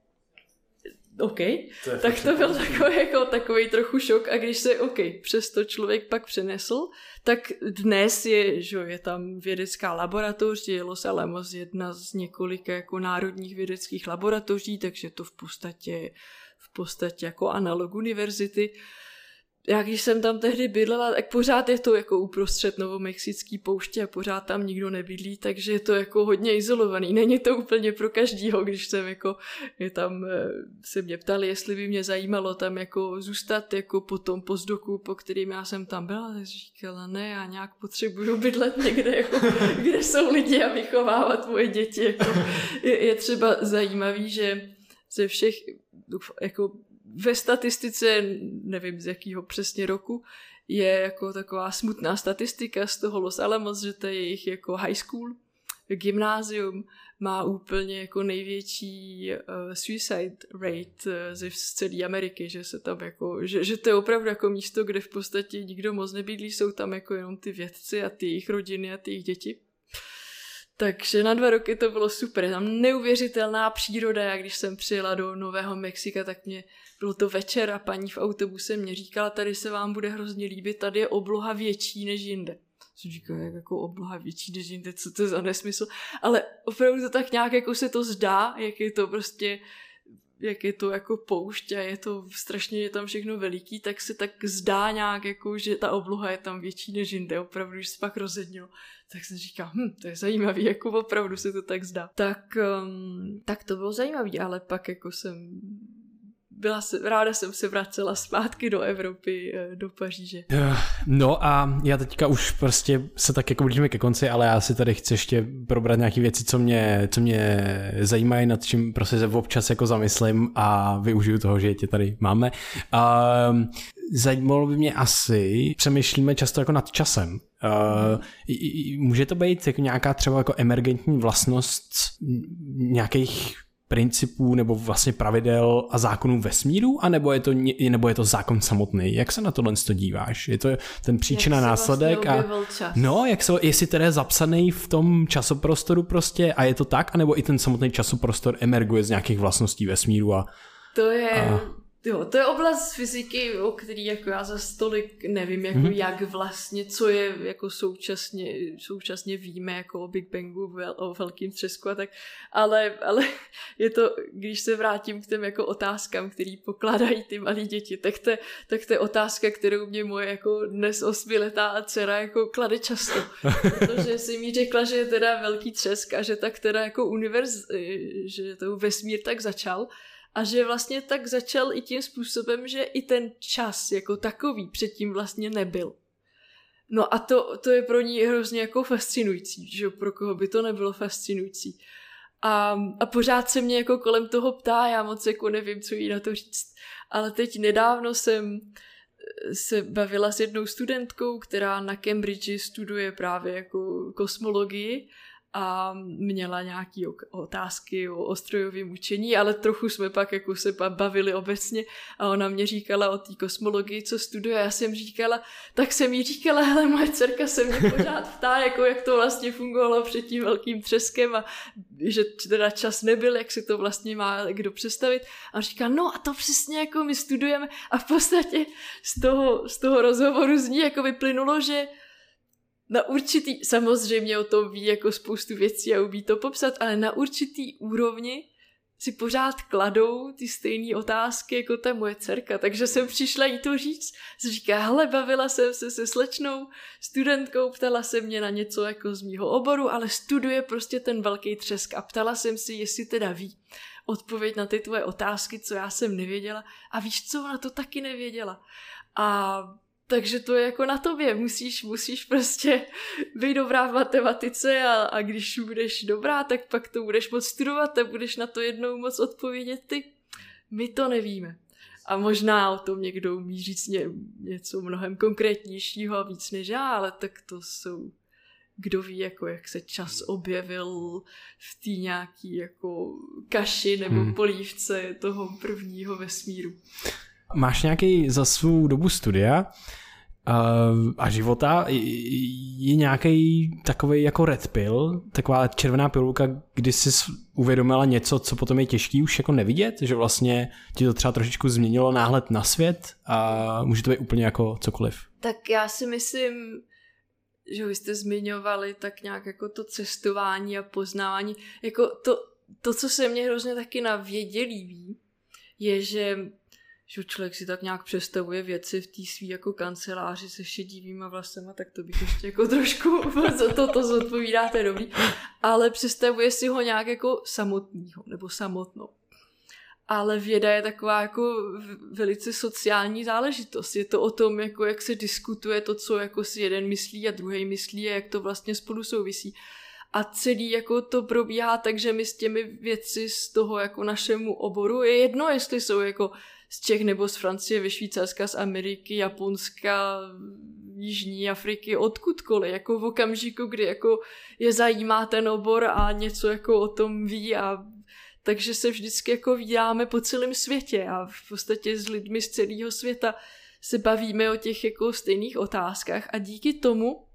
OK, to tak to byl takový, jako, takový trochu šok a když se OK, přesto člověk pak přenesl, tak dnes je, že je tam vědecká laboratoř, je Los Alamos jedna z několika jako národních vědeckých laboratoří, takže to v podstatě, v podstatě jako analog univerzity. Já když jsem tam tehdy bydlela, tak pořád je to jako uprostřed novomexický pouště a pořád tam nikdo nebydlí, takže je to jako hodně izolovaný. Není to úplně pro každýho, když jsem jako, je tam, se mě ptali, jestli by mě zajímalo tam jako zůstat jako po tom postdoku, po kterým já jsem tam byla, tak říkala, ne, já nějak potřebuju bydlet někde, jako, kde jsou lidi a vychovávat moje děti. Jako. Je, je třeba zajímavý, že ze všech jako ve statistice, nevím z jakého přesně roku, je jako taková smutná statistika z toho Los Alamos, že to je jejich jako high school, gymnázium, má úplně jako největší uh, suicide rate uh, ze celé Ameriky, že se tam jako, že, že to je opravdu jako místo, kde v podstatě nikdo moc nebydlí, jsou tam jako jenom ty vědci a ty jejich rodiny a ty jejich děti. Takže na dva roky to bylo super. Tam neuvěřitelná příroda. A když jsem přijela do Nového Mexika, tak mě bylo to večer a paní v autobuse mě říkala, tady se vám bude hrozně líbit, tady je obloha větší než jinde. Jsem říkala, jak jako obloha větší než jinde, co to je za nesmysl. Ale opravdu to tak nějak jako se to zdá, jak je to prostě, jak je to jako poušť a je to strašně, je tam všechno veliký, tak se tak zdá nějak jako, že ta obloha je tam větší než jinde. Opravdu, když se pak rozednilo, tak jsem říkala, hm, to je zajímavý, jako opravdu se to tak zdá. Tak, um, tak to bylo zajímavý, ale pak jako jsem byla se, ráda jsem se vracela zpátky do Evropy, do Paříže. No a já teďka už prostě se tak jako blížíme ke konci, ale já si tady chci ještě probrat nějaké věci, co mě, co mě zajímají, nad čím prostě se občas jako zamyslím a využiju toho, že tě tady máme. Um, zajímalo by mě asi, přemýšlíme často jako nad časem. Uh, může to být jako nějaká třeba jako emergentní vlastnost nějakých principů nebo vlastně pravidel a zákonů vesmíru, anebo je to, nebo je to zákon samotný? Jak se na tohle díváš? Je to ten příčina jak následek? Vlastně a no, jak se, jestli teda je zapsaný v tom časoprostoru prostě a je to tak, anebo i ten samotný časoprostor emerguje z nějakých vlastností vesmíru a... To je... A... Jo, to je oblast fyziky, o který jako já za stolik nevím, jako mm-hmm. jak vlastně, co je jako současně, současně víme jako o Big Bangu, o velkým třesku a tak, ale, ale je to, když se vrátím k těm jako otázkám, který pokládají ty malí děti, tak to, tak to je otázka, kterou mě moje jako dnes osmiletá dcera jako klade často, protože si mi řekla, že je teda velký třesk a že tak teda jako univerz, že to vesmír tak začal. A že vlastně tak začal i tím způsobem, že i ten čas jako takový předtím vlastně nebyl. No a to, to je pro ní hrozně jako fascinující, že pro koho by to nebylo fascinující. A, a pořád se mě jako kolem toho ptá, já moc jako nevím, co jí na to říct. Ale teď nedávno jsem se bavila s jednou studentkou, která na Cambridge studuje právě jako kosmologii, a měla nějaké otázky o ostrojovém učení, ale trochu jsme pak jako se bavili obecně a ona mě říkala o té kosmologii, co studuje. Já jsem říkala, tak jsem jí říkala, hele, moje dcerka se mě pořád ptá, jako jak to vlastně fungovalo před tím velkým třeskem a že teda čas nebyl, jak si to vlastně má kdo představit. A říká, no a to přesně jako my studujeme a v podstatě z toho, z toho rozhovoru z ní jako vyplynulo, že na určitý, samozřejmě o tom ví jako spoustu věcí a umí to popsat, ale na určitý úrovni si pořád kladou ty stejné otázky jako ta moje dcerka. Takže jsem přišla jí to říct. Říká, hele, bavila jsem se se slečnou studentkou, ptala se mě na něco jako z mýho oboru, ale studuje prostě ten velký třesk a ptala jsem si, jestli teda ví odpověď na ty tvoje otázky, co já jsem nevěděla a víš co, ona to taky nevěděla. A takže to je jako na tobě, musíš, musíš prostě být dobrá v matematice a, a když budeš dobrá, tak pak to budeš moc studovat a budeš na to jednou moc odpovědět ty. My to nevíme. A možná o tom někdo umí říct ně, něco mnohem konkrétnějšího a víc než já, ale tak to jsou, kdo ví, jako jak se čas objevil v té nějaký jako kaši nebo hmm. polívce toho prvního vesmíru. Máš nějaký za svou dobu studia uh, a života je nějaký takový jako red pill, taková červená pilulka, kdy jsi uvědomila něco, co potom je těžký už jako nevidět, že vlastně ti to třeba trošičku změnilo náhled na svět a může to být úplně jako cokoliv. Tak já si myslím, že vy jste zmiňovali tak nějak jako to cestování a poznávání, jako to, to co se mně hrozně taky na vědě líbí, je, že že člověk si tak nějak představuje věci v té svý jako kanceláři se šedivýma vlasama, tak to bych ještě jako trošku, to, to zodpovídáte dobrý, ale představuje si ho nějak jako samotnýho, nebo samotnou. Ale věda je taková jako velice sociální záležitost. Je to o tom, jako jak se diskutuje to, co jako si jeden myslí a druhý myslí a jak to vlastně spolu souvisí. A celý jako to probíhá tak, že my s těmi věci z toho jako našemu oboru je jedno, jestli jsou jako z Čech nebo z Francie, ve Švýcarska, z Ameriky, Japonska, Jižní Afriky, odkudkoliv, jako v okamžiku, kdy jako je zajímá ten obor a něco jako o tom ví a takže se vždycky jako vídáme po celém světě a v podstatě s lidmi z celého světa se bavíme o těch jako stejných otázkách a díky tomu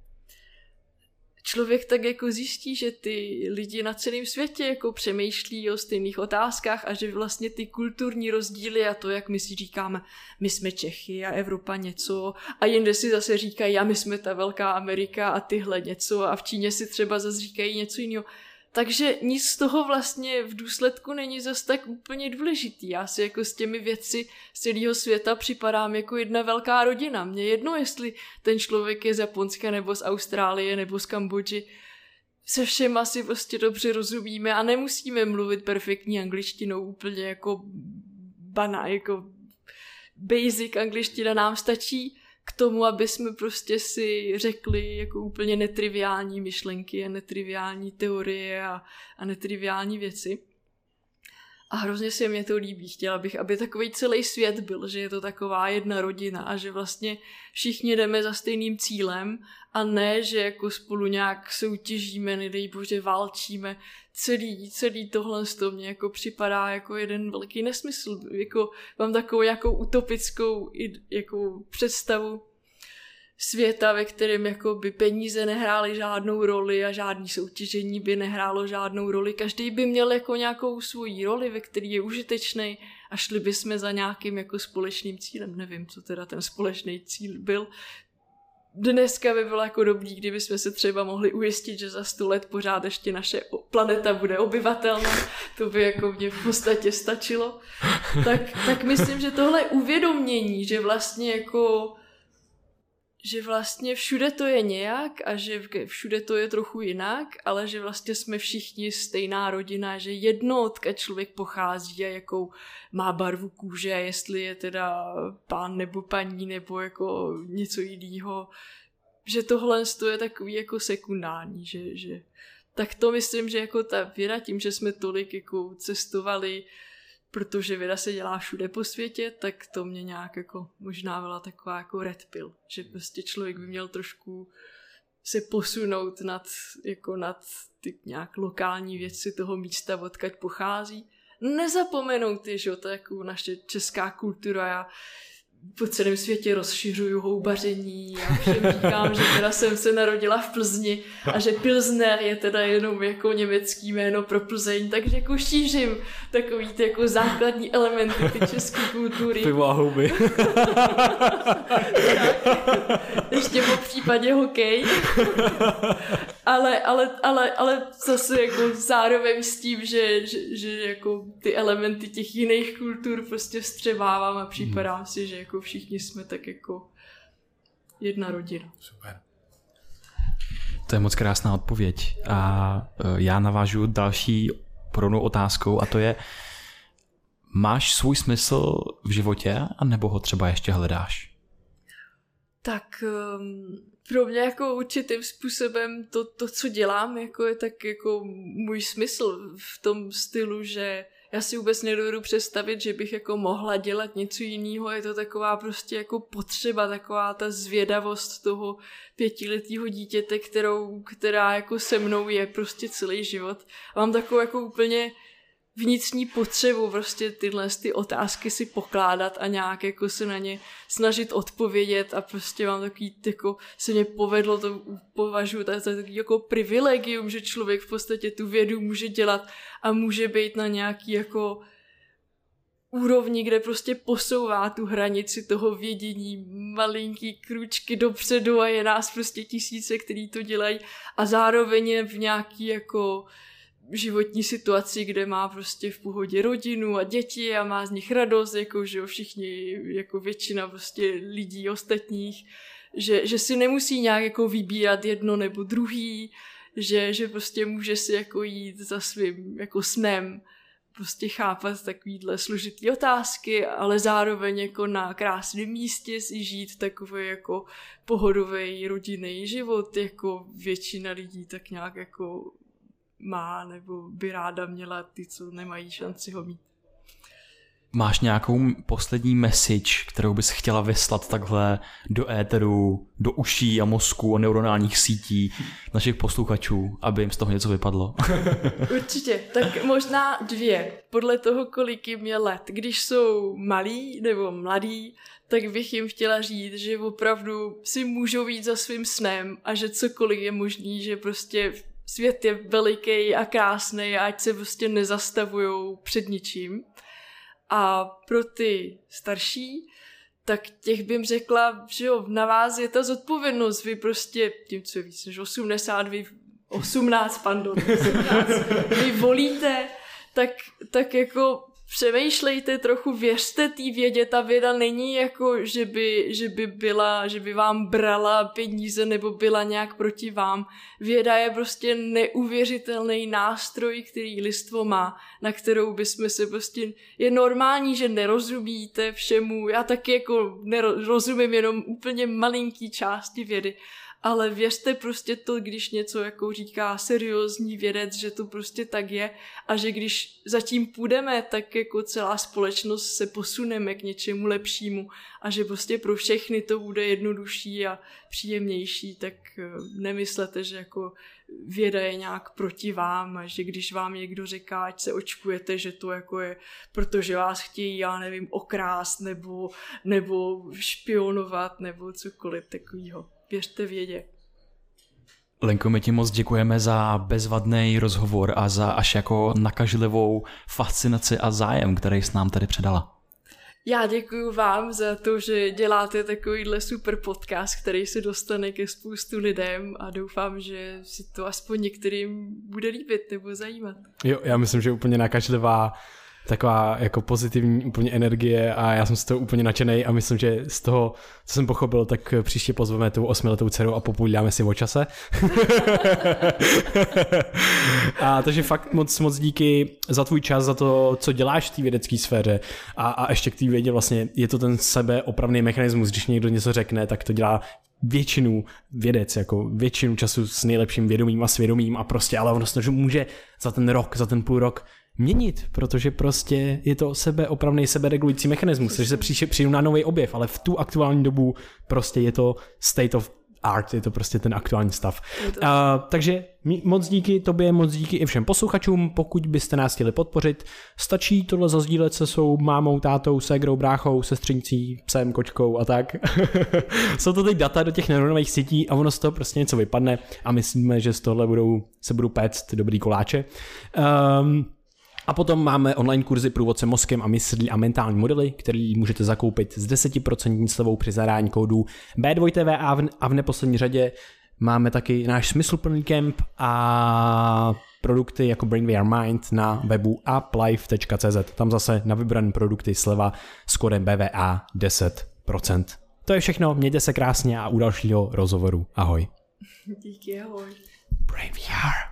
člověk tak jako zjistí, že ty lidi na celém světě jako přemýšlí o stejných otázkách a že vlastně ty kulturní rozdíly a to, jak my si říkáme, my jsme Čechy a Evropa něco a jinde si zase říkají, a my jsme ta velká Amerika a tyhle něco a v Číně si třeba zase říkají něco jiného. Takže nic z toho vlastně v důsledku není zase tak úplně důležitý. Já si jako s těmi věci z celého světa připadám jako jedna velká rodina. Mně jedno, jestli ten člověk je z Japonska nebo z Austrálie nebo z Kambodži. Se všema si prostě dobře rozumíme a nemusíme mluvit perfektní angličtinou úplně jako bana, jako basic angličtina nám stačí k tomu, aby jsme prostě si řekli jako úplně netriviální myšlenky a netriviální teorie a, a netriviální věci. A hrozně se mě to líbí. Chtěla bych, aby takový celý svět byl, že je to taková jedna rodina a že vlastně všichni jdeme za stejným cílem a ne, že jako spolu nějak soutěžíme, nedej bože, válčíme. Celý, celý tohle z toho mě jako připadá jako jeden velký nesmysl. Jako mám takovou nějakou utopickou jako představu světa, ve kterém jako by peníze nehrály žádnou roli a žádný soutěžení by nehrálo žádnou roli. Každý by měl jako nějakou svoji roli, ve který je užitečný a šli bychom za nějakým jako společným cílem. Nevím, co teda ten společný cíl byl. Dneska by bylo jako dobrý, kdyby jsme se třeba mohli ujistit, že za sto let pořád ještě naše planeta bude obyvatelná. To by jako mě v podstatě stačilo. Tak, tak myslím, že tohle uvědomění, že vlastně jako že vlastně všude to je nějak a že všude to je trochu jinak, ale že vlastně jsme všichni stejná rodina, že jedno, odkud člověk pochází a jakou má barvu kůže, jestli je teda pán nebo paní nebo jako něco jiného, že tohle je takový jako sekundární, že, že tak to myslím, že jako ta věda tím, že jsme tolik jako cestovali, protože věda se dělá všude po světě, tak to mě nějak jako možná byla taková jako red pill, že prostě člověk by měl trošku se posunout nad, jako nad ty nějak lokální věci toho místa, odkud pochází. Nezapomenout je, že to je jako naše česká kultura. Já po celém světě rozšiřuju houbaření a všem říkám, že teda jsem se narodila v Plzni a že Pilsner je teda jenom jako německý jméno pro Plzeň, takže jako šířím takový ty jako základní elementy ty české kultury. Pivo a houby. Ještě po případě hokej. ale, ale, ale, ale zase jako zároveň s tím, že, že, že jako ty elementy těch jiných kultur prostě vstřebávám a připadám si, že jako všichni jsme tak jako jedna rodina. Super. To je moc krásná odpověď a já navážu další podobnou otázkou a to je, Máš svůj smysl v životě, anebo ho třeba ještě hledáš? Tak um, pro mě jako určitým způsobem to, to, co dělám, jako je tak jako můj smysl v tom stylu, že já si vůbec nedovedu představit, že bych jako mohla dělat něco jiného. Je to taková prostě jako potřeba, taková ta zvědavost toho pětiletého dítěte, kterou, která jako se mnou je prostě celý život. A mám takovou jako úplně vnitřní potřebu prostě tyhle ty otázky si pokládat a nějak jako se na ně snažit odpovědět a prostě mám takový, jako se mě povedlo, to považuji za takový jako privilegium, že člověk v podstatě tu vědu může dělat a může být na nějaký jako úrovni, kde prostě posouvá tu hranici toho vědění malinký kručky dopředu a je nás prostě tisíce, který to dělají a zároveň je v nějaký jako životní situaci, kde má prostě v pohodě rodinu a děti a má z nich radost, jako že všichni, jako většina prostě lidí ostatních, že, že si nemusí nějak jako vybírat jedno nebo druhý, že, že prostě může si jako jít za svým jako snem, prostě chápat takovýhle složitý otázky, ale zároveň jako na krásném místě si žít takový jako pohodový rodinný život, jako většina lidí tak nějak jako má nebo by ráda měla, ty, co nemají šanci ho mít. Máš nějakou poslední message, kterou bys chtěla vyslat takhle do éteru, do uší a mozku a neuronálních sítí našich posluchačů, aby jim z toho něco vypadlo? Určitě, tak možná dvě, podle toho, kolik jim je let. Když jsou malí nebo mladí, tak bych jim chtěla říct, že opravdu si můžou jít za svým snem a že cokoliv je možný, že prostě svět je veliký a krásný a ať se prostě nezastavujou před ničím. A pro ty starší, tak těch bych řekla, že jo, na vás je ta zodpovědnost. Vy prostě, tím co je víc než osmdesát, vy osmnáct, pardon, osmnáct, vy volíte, tak, tak jako přemýšlejte trochu, věřte té vědě, ta věda není jako, že by, že by byla, že by vám brala peníze nebo byla nějak proti vám. Věda je prostě neuvěřitelný nástroj, který lidstvo má, na kterou bychom se prostě, je normální, že nerozumíte všemu, já taky jako nerozumím jenom úplně malinký části vědy, ale věřte prostě to, když něco jako říká seriózní vědec, že to prostě tak je a že když zatím půjdeme, tak jako celá společnost se posuneme k něčemu lepšímu a že prostě pro všechny to bude jednodušší a příjemnější, tak nemyslete, že jako věda je nějak proti vám a že když vám někdo říká, ať se očkujete, že to jako je, protože vás chtějí, já nevím, okrást nebo, nebo špionovat nebo cokoliv takového. Věřte vědě. Lenko, my ti moc děkujeme za bezvadný rozhovor a za až jako nakažlivou fascinaci a zájem, který jsi nám tady předala. Já děkuju vám za to, že děláte takovýhle super podcast, který se dostane ke spoustu lidem a doufám, že si to aspoň některým bude líbit nebo zajímat. Jo, já myslím, že úplně nakažlivá taková jako pozitivní úplně energie a já jsem z toho úplně nadšenej a myslím, že z toho, co jsem pochopil, tak příště pozveme tu osmiletou dceru a popovídáme si o čase. A takže fakt moc, moc díky za tvůj čas, za to, co děláš v té vědecké sféře a, a ještě k té vědě vlastně je to ten sebeopravný mechanismus, když někdo něco řekne, tak to dělá většinu vědec, jako většinu času s nejlepším vědomím a svědomím a prostě, ale ono se může za ten rok, za ten půl rok měnit, protože prostě je to sebeopravný, seberegulující mechanismus, takže se přijdu na nový objev, ale v tu aktuální dobu prostě je to state of art, je to prostě ten aktuální stav. Uh, takže moc díky tobě, moc díky i všem posluchačům, pokud byste nás chtěli podpořit, stačí tohle zazdílet se svou mámou, tátou, ségrou, bráchou, sestřenicí, psem, kočkou a tak. Jsou to teď data do těch neuronových sítí a ono z toho prostě něco vypadne a myslíme, že z tohle budou, se budou péct dobrý koláče. Um, A potom máme online kurzy Průvodce mozkem a myslí a mentální modely, který můžete zakoupit s deset procent slevou při zadání kódu B dva T V a v, a v neposlední řadě máme taky náš smysluplný kemp a produkty jako Brain V R Mind na webu uplife tečka cé zet. Tam zase na vybrané produkty sleva s kódem B V A deset procent. To je všechno, mějte se krásně a u dalšího rozhovoru ahoj. Díky, ahoj. Brain V R.